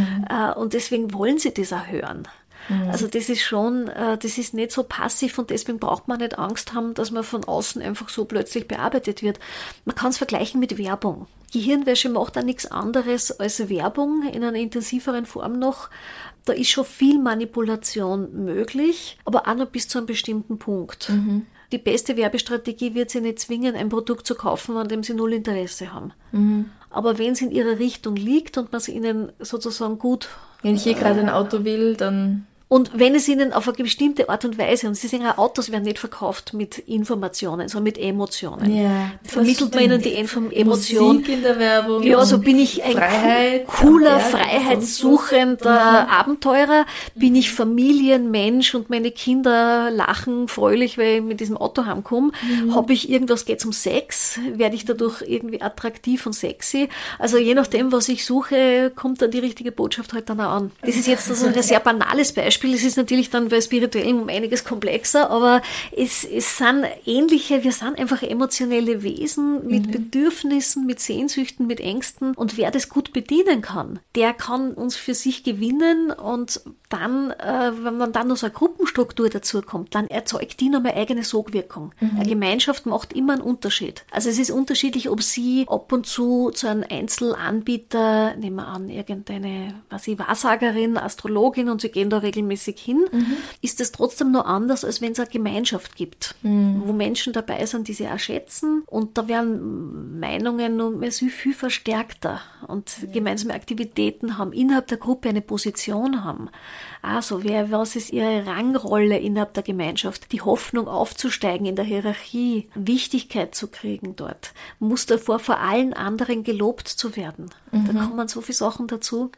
[SPEAKER 3] Und deswegen wollen sie das auch hören. Also das ist schon, das ist nicht so passiv und deswegen braucht man nicht Angst haben, dass man von außen einfach so plötzlich bearbeitet wird. Man kann es vergleichen mit Werbung. Gehirnwäsche macht auch nichts anderes als Werbung in einer intensiveren Form noch. Da ist schon viel Manipulation möglich, aber auch noch bis zu einem bestimmten Punkt. Die beste Werbestrategie wird sie nicht zwingen, ein Produkt zu kaufen, an dem sie null Interesse haben. Aber wenn es in ihrer Richtung liegt und man es ihnen sozusagen gut...
[SPEAKER 2] Wenn ich hier gerade ein Auto will, dann...
[SPEAKER 3] Und wenn es ihnen auf eine bestimmte Art und Weise, und Sie sagen ja, Autos werden nicht verkauft mit Informationen, sondern mit Emotionen.
[SPEAKER 2] Ja,
[SPEAKER 3] vermittelt man ihnen die Emotion.
[SPEAKER 2] Musik in der Werbung.
[SPEAKER 3] Ja, so bin ich ein cooler, freiheitssuchender Abenteurer. Bin ich Familienmensch und meine Kinder lachen fröhlich, weil ich mit diesem Auto heimkomme. Habe ich irgendwas, geht's um Sex? Werde ich dadurch irgendwie attraktiv und sexy? Also je nachdem, was ich suche, kommt dann die richtige Botschaft halt dann auch an. Das ist jetzt also ein sehr banales Beispiel. Es ist natürlich dann bei Spirituellen um einiges komplexer, aber es sind ähnliche, wir sind einfach emotionelle Wesen mit Bedürfnissen, mit Sehnsüchten, mit Ängsten und wer das gut bedienen kann, der kann uns für sich gewinnen und dann, wenn man dann noch so eine Gruppenstruktur dazu kommt, dann erzeugt die noch eine eigene Sogwirkung. Eine Gemeinschaft macht immer einen Unterschied. Also es ist unterschiedlich, ob Sie ab und zu einem Einzelanbieter, nehmen wir an, irgendeine, Wahrsagerin, Astrologin und Sie gehen da regelmäßig hin, ist es trotzdem noch anders, als wenn es eine Gemeinschaft gibt, wo Menschen dabei sind, die sie auch schätzen und da werden Meinungen noch viel verstärkter und gemeinsame Aktivitäten haben, innerhalb der Gruppe eine Position haben. Also, was ist ihre Rangrolle innerhalb der Gemeinschaft? Die Hoffnung aufzusteigen in der Hierarchie, Wichtigkeit zu kriegen dort, muss davor vor allen anderen gelobt zu werden. Da kommen so viele Sachen dazu.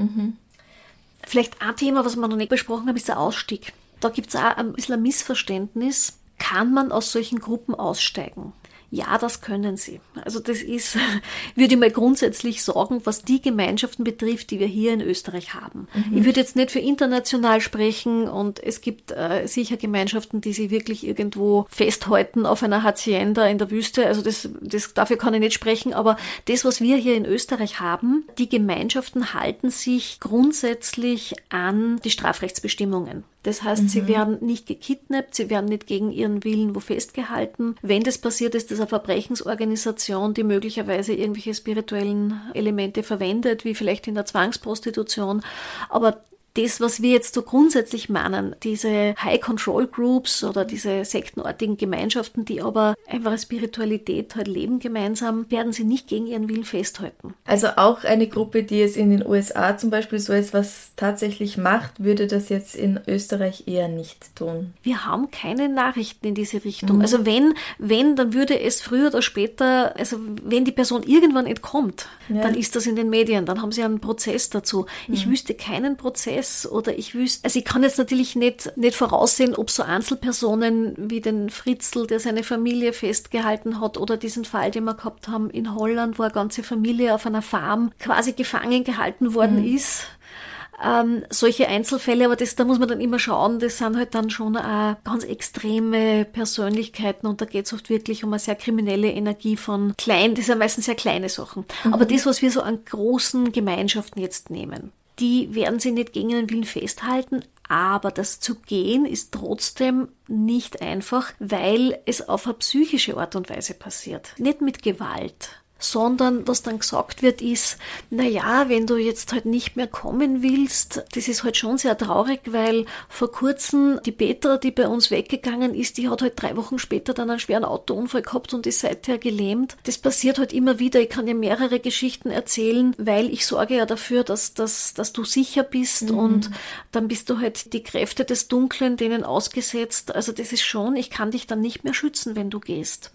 [SPEAKER 3] Vielleicht ein Thema, was wir noch nicht besprochen haben, ist der Ausstieg. Da gibt es auch ein bisschen ein Missverständnis. Kann man aus solchen Gruppen aussteigen? Ja, das können sie. Also das ist, würde ich mal grundsätzlich sagen, was die Gemeinschaften betrifft, die wir hier in Österreich haben. Ich würde jetzt nicht für international sprechen und es gibt sicher Gemeinschaften, die sich wirklich irgendwo festhalten auf einer Hacienda in der Wüste. Also dafür kann ich nicht sprechen, aber das, was wir hier in Österreich haben, die Gemeinschaften halten sich grundsätzlich an die Strafrechtsbestimmungen. Das heißt, sie werden nicht gekidnappt, sie werden nicht gegen ihren Willen wo festgehalten. Wenn das passiert, ist das eine Verbrechensorganisation, die möglicherweise irgendwelche spirituellen Elemente verwendet, wie vielleicht in der Zwangsprostitution. Aber das, was wir jetzt so grundsätzlich meinen, diese High-Control-Groups oder diese sektenartigen Gemeinschaften, die aber einfach Spiritualität halt leben gemeinsam, werden sie nicht gegen ihren Willen festhalten.
[SPEAKER 2] Also auch eine Gruppe, die es in den USA zum Beispiel so etwas tatsächlich macht, würde das jetzt in Österreich eher nicht tun.
[SPEAKER 3] Wir haben keine Nachrichten in diese Richtung. Also wenn, dann würde es früher oder später, also wenn die Person irgendwann entkommt, dann ist das in den Medien, dann haben sie einen Prozess dazu. Ich wüsste keinen Prozess oder ich kann jetzt natürlich nicht voraussehen, ob so Einzelpersonen wie den Fritzl, der seine Familie festgehalten hat, oder diesen Fall, den wir gehabt haben in Holland, wo eine ganze Familie auf einer Farm quasi gefangen gehalten worden ist. Solche Einzelfälle, aber da muss man dann immer schauen, das sind halt dann schon auch ganz extreme Persönlichkeiten und da geht es oft wirklich um eine sehr kriminelle Energie von klein, das sind meistens sehr kleine Sachen. Aber das, was wir so an großen Gemeinschaften jetzt nehmen, die werden sie nicht gegen ihren Willen festhalten, aber das zu gehen ist trotzdem nicht einfach, weil es auf eine psychische Art und Weise passiert. Nicht mit Gewalt, sondern was dann gesagt wird ist, naja, wenn du jetzt halt nicht mehr kommen willst, das ist halt schon sehr traurig, weil vor kurzem die Petra, die bei uns weggegangen ist, die hat halt 3 Wochen später dann einen schweren Autounfall gehabt und ist seither gelähmt. Das passiert halt immer wieder. Ich kann dir mehrere Geschichten erzählen, weil ich sorge ja dafür, dass du sicher bist und dann bist du halt die Kräfte des Dunklen denen ausgesetzt. Also das ist schon, ich kann dich dann nicht mehr schützen, wenn du gehst.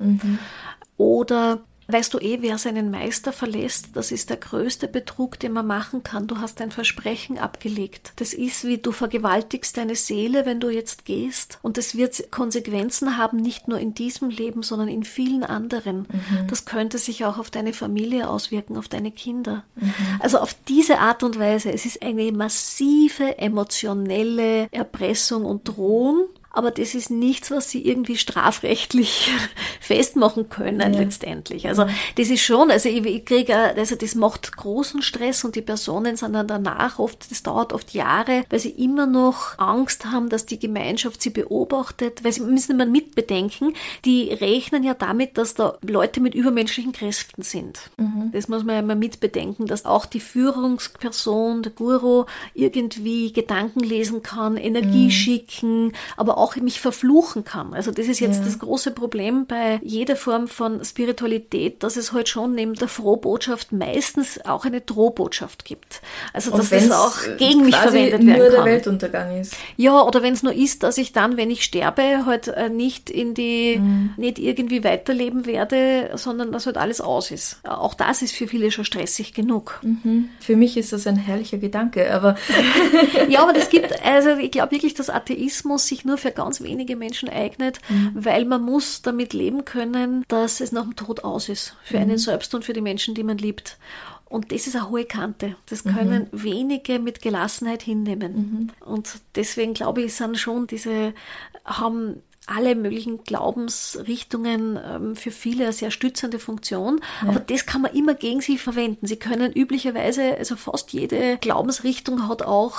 [SPEAKER 3] Oder weißt du wer seinen Meister verlässt? Das ist der größte Betrug, den man machen kann. Du hast ein Versprechen abgelegt. Das ist, wie du vergewaltigst deine Seele, wenn du jetzt gehst. Und das wird Konsequenzen haben, nicht nur in diesem Leben, sondern in vielen anderen. Das könnte sich auch auf deine Familie auswirken, auf deine Kinder. Also auf diese Art und Weise. Es ist eine massive emotionelle Erpressung und Drohung. Aber das ist nichts, was sie irgendwie strafrechtlich festmachen können letztendlich. Also das ist schon, also ich kriege, also das macht großen Stress und die Personen sind dann danach oft, das dauert oft Jahre, weil sie immer noch Angst haben, dass die Gemeinschaft sie beobachtet, weil sie müssen immer mitbedenken, die rechnen ja damit, dass da Leute mit übermenschlichen Kräften sind. Das muss man ja immer mitbedenken, dass auch die Führungsperson, der Guru, irgendwie Gedanken lesen kann, Energie schicken, aber auch mich verfluchen kann. Also das ist jetzt das große Problem bei jeder Form von Spiritualität, dass es halt schon neben der Frohbotschaft meistens auch eine Drohbotschaft gibt. Also dass das auch gegen mich verwendet werden kann.
[SPEAKER 2] Nur der Weltuntergang ist.
[SPEAKER 3] Ja, oder wenn es nur ist, dass ich dann, wenn ich sterbe, halt nicht nicht irgendwie weiterleben werde, sondern dass halt alles aus ist. Auch das ist für viele schon stressig genug.
[SPEAKER 2] Für mich ist das ein herrlicher Gedanke, aber
[SPEAKER 3] ja, aber ich glaube wirklich, dass Atheismus sich nur für ganz wenige Menschen eignet, weil man muss damit leben können, dass es nach dem Tod aus ist. Für einen selbst und für die Menschen, die man liebt. Und das ist eine hohe Kante. Das können wenige mit Gelassenheit hinnehmen. Und deswegen glaube ich, haben alle möglichen Glaubensrichtungen für viele eine sehr stützende Funktion. Aber das kann man immer gegen sie verwenden. Sie können üblicherweise, also fast jede Glaubensrichtung hat auch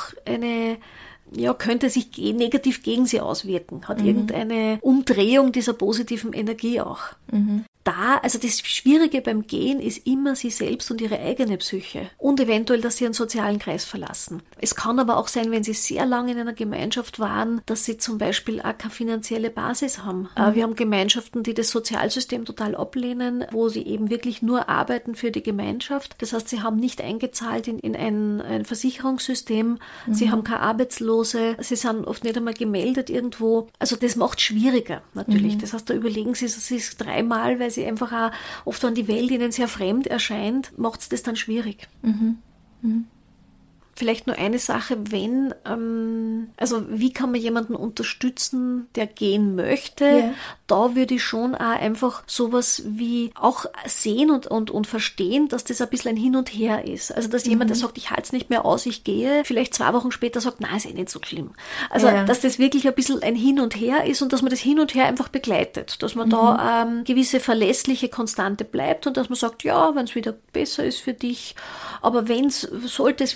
[SPEAKER 3] könnte sich negativ gegen sie auswirken, hat irgendeine Umdrehung dieser positiven Energie auch. Also das Schwierige beim Gehen ist immer sie selbst und ihre eigene Psyche und eventuell, dass sie einen sozialen Kreis verlassen. Es kann aber auch sein, wenn sie sehr lange in einer Gemeinschaft waren, dass sie zum Beispiel auch keine finanzielle Basis haben. Wir haben Gemeinschaften, die das Sozialsystem total ablehnen, wo sie eben wirklich nur arbeiten für die Gemeinschaft. Das heißt, sie haben nicht eingezahlt in ein Versicherungssystem, sie haben keine Arbeitslose, sie sind oft nicht einmal gemeldet irgendwo. Also das macht schwieriger natürlich. Das heißt, da überlegen sie sich 3-mal, weil sie einfach auch oft an die Welt ihnen sehr fremd erscheint, macht es das dann schwierig. Vielleicht nur eine Sache, wie kann man jemanden unterstützen, der gehen möchte? Yeah. Da würde ich schon auch einfach sowas wie auch sehen und verstehen, dass das ein bisschen ein Hin und Her ist. Also, dass jemand, der sagt, ich halte es nicht mehr aus, ich gehe, vielleicht 2 Wochen später sagt, nein, ist eh nicht so schlimm. Also, dass das wirklich ein bisschen ein Hin und Her ist und dass man das Hin und Her einfach begleitet. Dass man da gewisse verlässliche Konstante bleibt und dass man sagt, ja, wenn es wieder besser ist für dich, aber sollte es wieder schlecht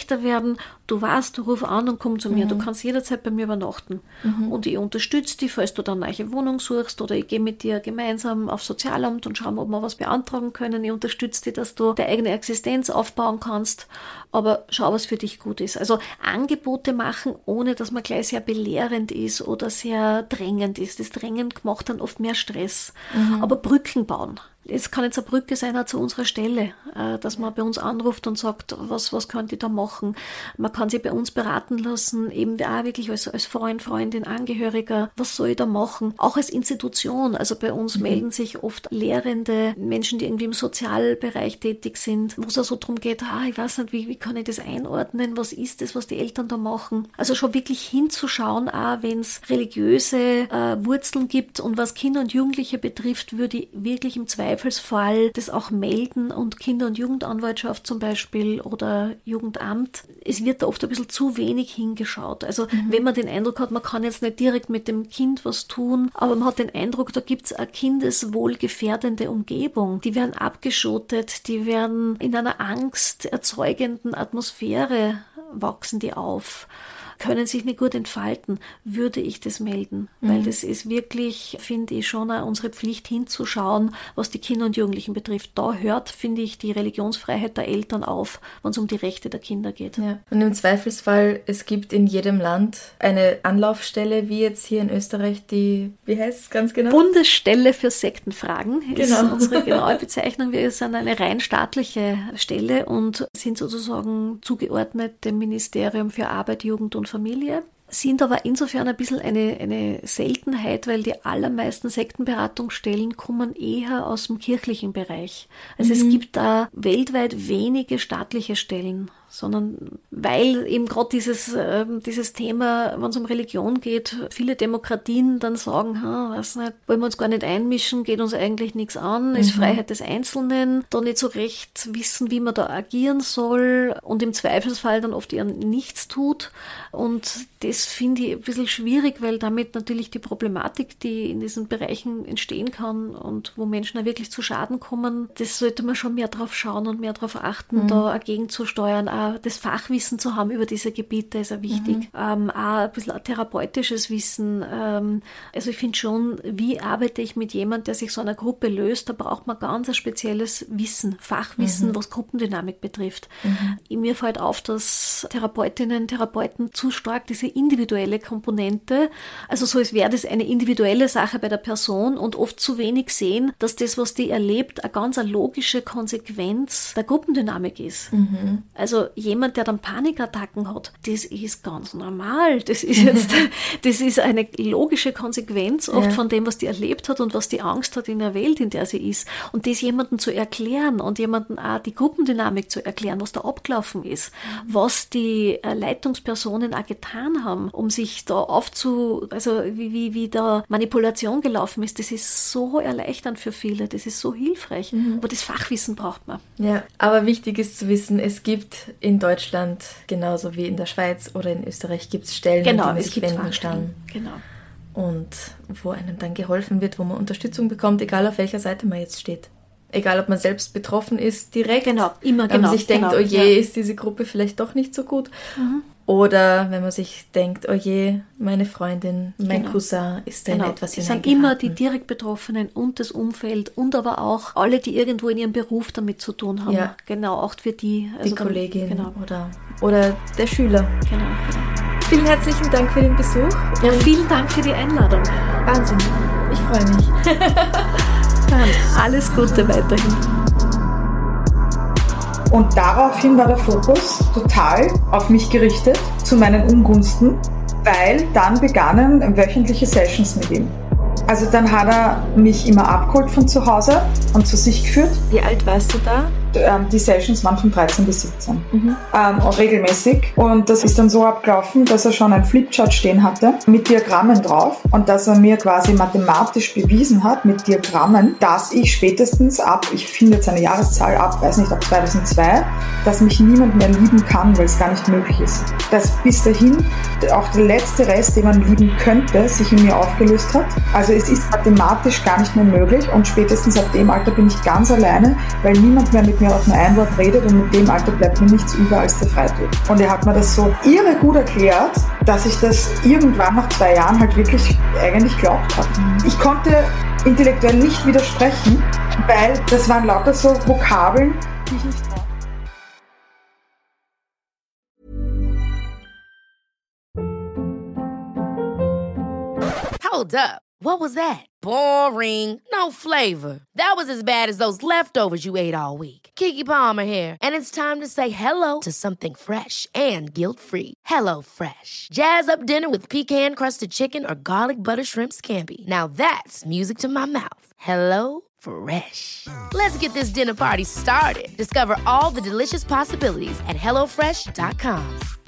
[SPEAKER 3] schlechter werden, du weißt, du ruf an und komm zu mir, du kannst jederzeit bei mir übernachten. Und ich unterstütze dich, falls du dann eine neue Wohnung suchst, oder ich gehe mit dir gemeinsam aufs Sozialamt und schauen, ob wir was beantragen können. Ich unterstütze dich, dass du deine eigene Existenz aufbauen kannst, aber schau, was für dich gut ist. Also Angebote machen, ohne dass man gleich sehr belehrend ist oder sehr drängend ist. Das drängend macht dann oft mehr Stress. Aber Brücken bauen. Es kann jetzt eine Brücke sein auch zu unserer Stelle, dass man bei uns anruft und sagt, was könnt ihr da machen? Man kann sich bei uns beraten lassen, eben auch wirklich als Freund, Freundin, Angehöriger, was soll ich da machen? Auch als Institution, also bei uns melden sich oft Lehrende, Menschen, die irgendwie im Sozialbereich tätig sind, wo es auch so darum geht, ich weiß nicht, wie kann ich das einordnen, was ist das, was die Eltern da machen? Also schon wirklich hinzuschauen, auch wenn es religiöse Wurzeln gibt und was Kinder und Jugendliche betrifft, würde ich wirklich im Zweifelsfall das auch melden und Kinder- und Jugendanwaltschaft zum Beispiel oder Jugendamt. Es wird da oft ein bisschen zu wenig hingeschaut. Also wenn man den Eindruck hat, man kann jetzt nicht direkt mit dem Kind was tun, aber man hat den Eindruck, da gibt es eine kindeswohlgefährdende Umgebung. Die werden abgeschottet, die werden in einer angsterzeugenden Atmosphäre wachsen die auf, können sich nicht gut entfalten, würde ich das melden. Weil das ist wirklich, finde ich, schon unsere Pflicht hinzuschauen, was die Kinder und Jugendlichen betrifft. Da hört, finde ich, die Religionsfreiheit der Eltern auf, wenn es um die Rechte der Kinder geht.
[SPEAKER 2] Ja. Und im Zweifelsfall, es gibt in jedem Land eine Anlaufstelle, wie jetzt hier in Österreich die, wie heißt es ganz genau?
[SPEAKER 3] Bundesstelle für Sektenfragen ist unsere genaue Bezeichnung. Wir sind eine rein staatliche Stelle und sind sozusagen zugeordnet dem Ministerium für Arbeit, Jugend und Familie, sind aber insofern ein bisschen eine Seltenheit, weil die allermeisten Sektenberatungsstellen kommen eher aus dem kirchlichen Bereich. Also es gibt da weltweit wenige staatliche Stellen, sondern weil eben gerade dieses Thema, wenn es um Religion geht, viele Demokratien dann sagen, weiß nicht, wollen wir uns gar nicht einmischen, geht uns eigentlich nichts an, ist Freiheit des Einzelnen, da nicht so recht wissen, wie man da agieren soll und im Zweifelsfall dann oft eher nichts tut. Und das finde ich ein bisschen schwierig, weil damit natürlich die Problematik, die in diesen Bereichen entstehen kann und wo Menschen auch wirklich zu Schaden kommen, das sollte man schon mehr drauf schauen und mehr darauf achten, da dagegen zu steuern. Auch das Fachwissen zu haben über diese Gebiete ist auch wichtig. Auch ein bisschen ein therapeutisches Wissen. Also ich finde schon, wie arbeite ich mit jemandem, der sich so einer Gruppe löst, da braucht man ganz ein spezielles Wissen, Fachwissen, was Gruppendynamik betrifft. Mir fällt auf, dass Therapeutinnen, Therapeuten zu stark diese individuelle Komponente, also so als wäre das eine individuelle Sache bei der Person und oft zu wenig sehen, dass das, was die erlebt, eine ganz logische Konsequenz der Gruppendynamik ist. Also jemand, der dann Panikattacken hat, das ist ganz normal. Das ist eine logische Konsequenz oft von dem, was die erlebt hat und was die Angst hat in der Welt, in der sie ist. Und das jemandem zu erklären und jemandem auch die Gruppendynamik zu erklären, was da abgelaufen ist, was die Leitungspersonen auch getan haben, um sich da also wie da Manipulation gelaufen ist, das ist so erleichternd für viele, das ist so hilfreich. Aber das Fachwissen braucht man.
[SPEAKER 2] Ja, aber wichtig ist zu wissen, es gibt in Deutschland, genauso wie in der Schweiz oder in Österreich, gibt es Stellen, an die man sich wenden kann.
[SPEAKER 3] Genau.
[SPEAKER 2] Und wo einem dann geholfen wird, wo man Unterstützung bekommt, egal auf welcher Seite man jetzt steht. Egal, ob man selbst betroffen ist, direkt.
[SPEAKER 3] Genau, immer genau.
[SPEAKER 2] Wenn man sich denkt, oh je, ist diese Gruppe vielleicht doch nicht so gut. Oder wenn man sich denkt, oh je, meine Freundin, mein Cousin ist da in etwas hineingeraten.
[SPEAKER 3] Es sind immer die direkt Betroffenen und das Umfeld und aber auch alle, die irgendwo in ihrem Beruf damit zu tun haben. Ja. Genau, auch für die.
[SPEAKER 2] Also die Kollegin oder der Schüler.
[SPEAKER 3] Genau.
[SPEAKER 2] Vielen herzlichen Dank für den Besuch.
[SPEAKER 3] Ja, vielen Dank für die Einladung.
[SPEAKER 2] Wahnsinn, ich freue mich.
[SPEAKER 3] Dann alles Gute weiterhin.
[SPEAKER 4] Und daraufhin war der Fokus total auf mich gerichtet, zu meinen Ungunsten, weil dann begannen wöchentliche Sessions mit ihm. Also dann hat er mich immer abgeholt von zu Hause und zu sich geführt.
[SPEAKER 2] Wie alt warst du da?
[SPEAKER 4] Die Sessions waren von 13 bis 17. Regelmäßig. Und das ist dann so abgelaufen, dass er schon ein Flipchart stehen hatte mit Diagrammen drauf und dass er mir quasi mathematisch bewiesen hat mit Diagrammen, dass ich spätestens ich finde jetzt eine Jahreszahl ab 2002, dass mich niemand mehr lieben kann, weil es gar nicht möglich ist. Dass bis dahin auch der letzte Rest, den man lieben könnte, sich in mir aufgelöst hat. Also es ist mathematisch gar nicht mehr möglich und spätestens ab dem Alter bin ich ganz alleine, weil niemand mehr mit mir mir auf nur ein Wort redet und mit dem Alter bleibt mir nichts über als der Freitod. Und er hat mir das so irre gut erklärt, dass ich das irgendwann nach 2 Jahren halt wirklich eigentlich glaubt habe. Ich konnte intellektuell nicht widersprechen, weil das waren lauter so Vokabeln, die ich nicht brauche.
[SPEAKER 1] Hold up. What was that? Boring. No flavor. That was as bad as those leftovers you ate all week. Keke Palmer here, and it's time to say hello to something fresh and guilt-free. Hello Fresh. Jazz up dinner with pecan-crusted chicken or garlic butter shrimp scampi. Now that's music to my mouth. Hello Fresh. Let's get this dinner party started. Discover all the delicious possibilities at hellofresh.com.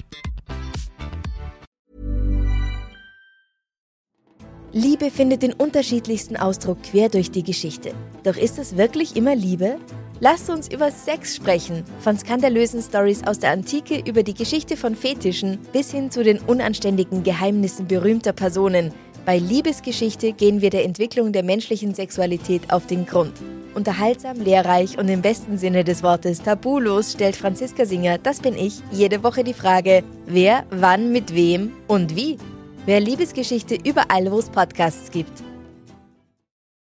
[SPEAKER 2] Liebe findet den unterschiedlichsten Ausdruck quer durch die Geschichte. Doch ist es wirklich immer Liebe? Lasst uns über Sex sprechen. Von skandalösen Storys aus der Antike über die Geschichte von Fetischen bis hin zu den unanständigen Geheimnissen berühmter Personen. Bei Liebesgeschichte gehen wir der Entwicklung der menschlichen Sexualität auf den Grund. Unterhaltsam, lehrreich und im besten Sinne des Wortes tabulos stellt Franziska Singer, das bin ich, jede Woche die Frage, wer, wann, mit wem und wie. Wer Liebesgeschichte überall, wo es Podcasts gibt.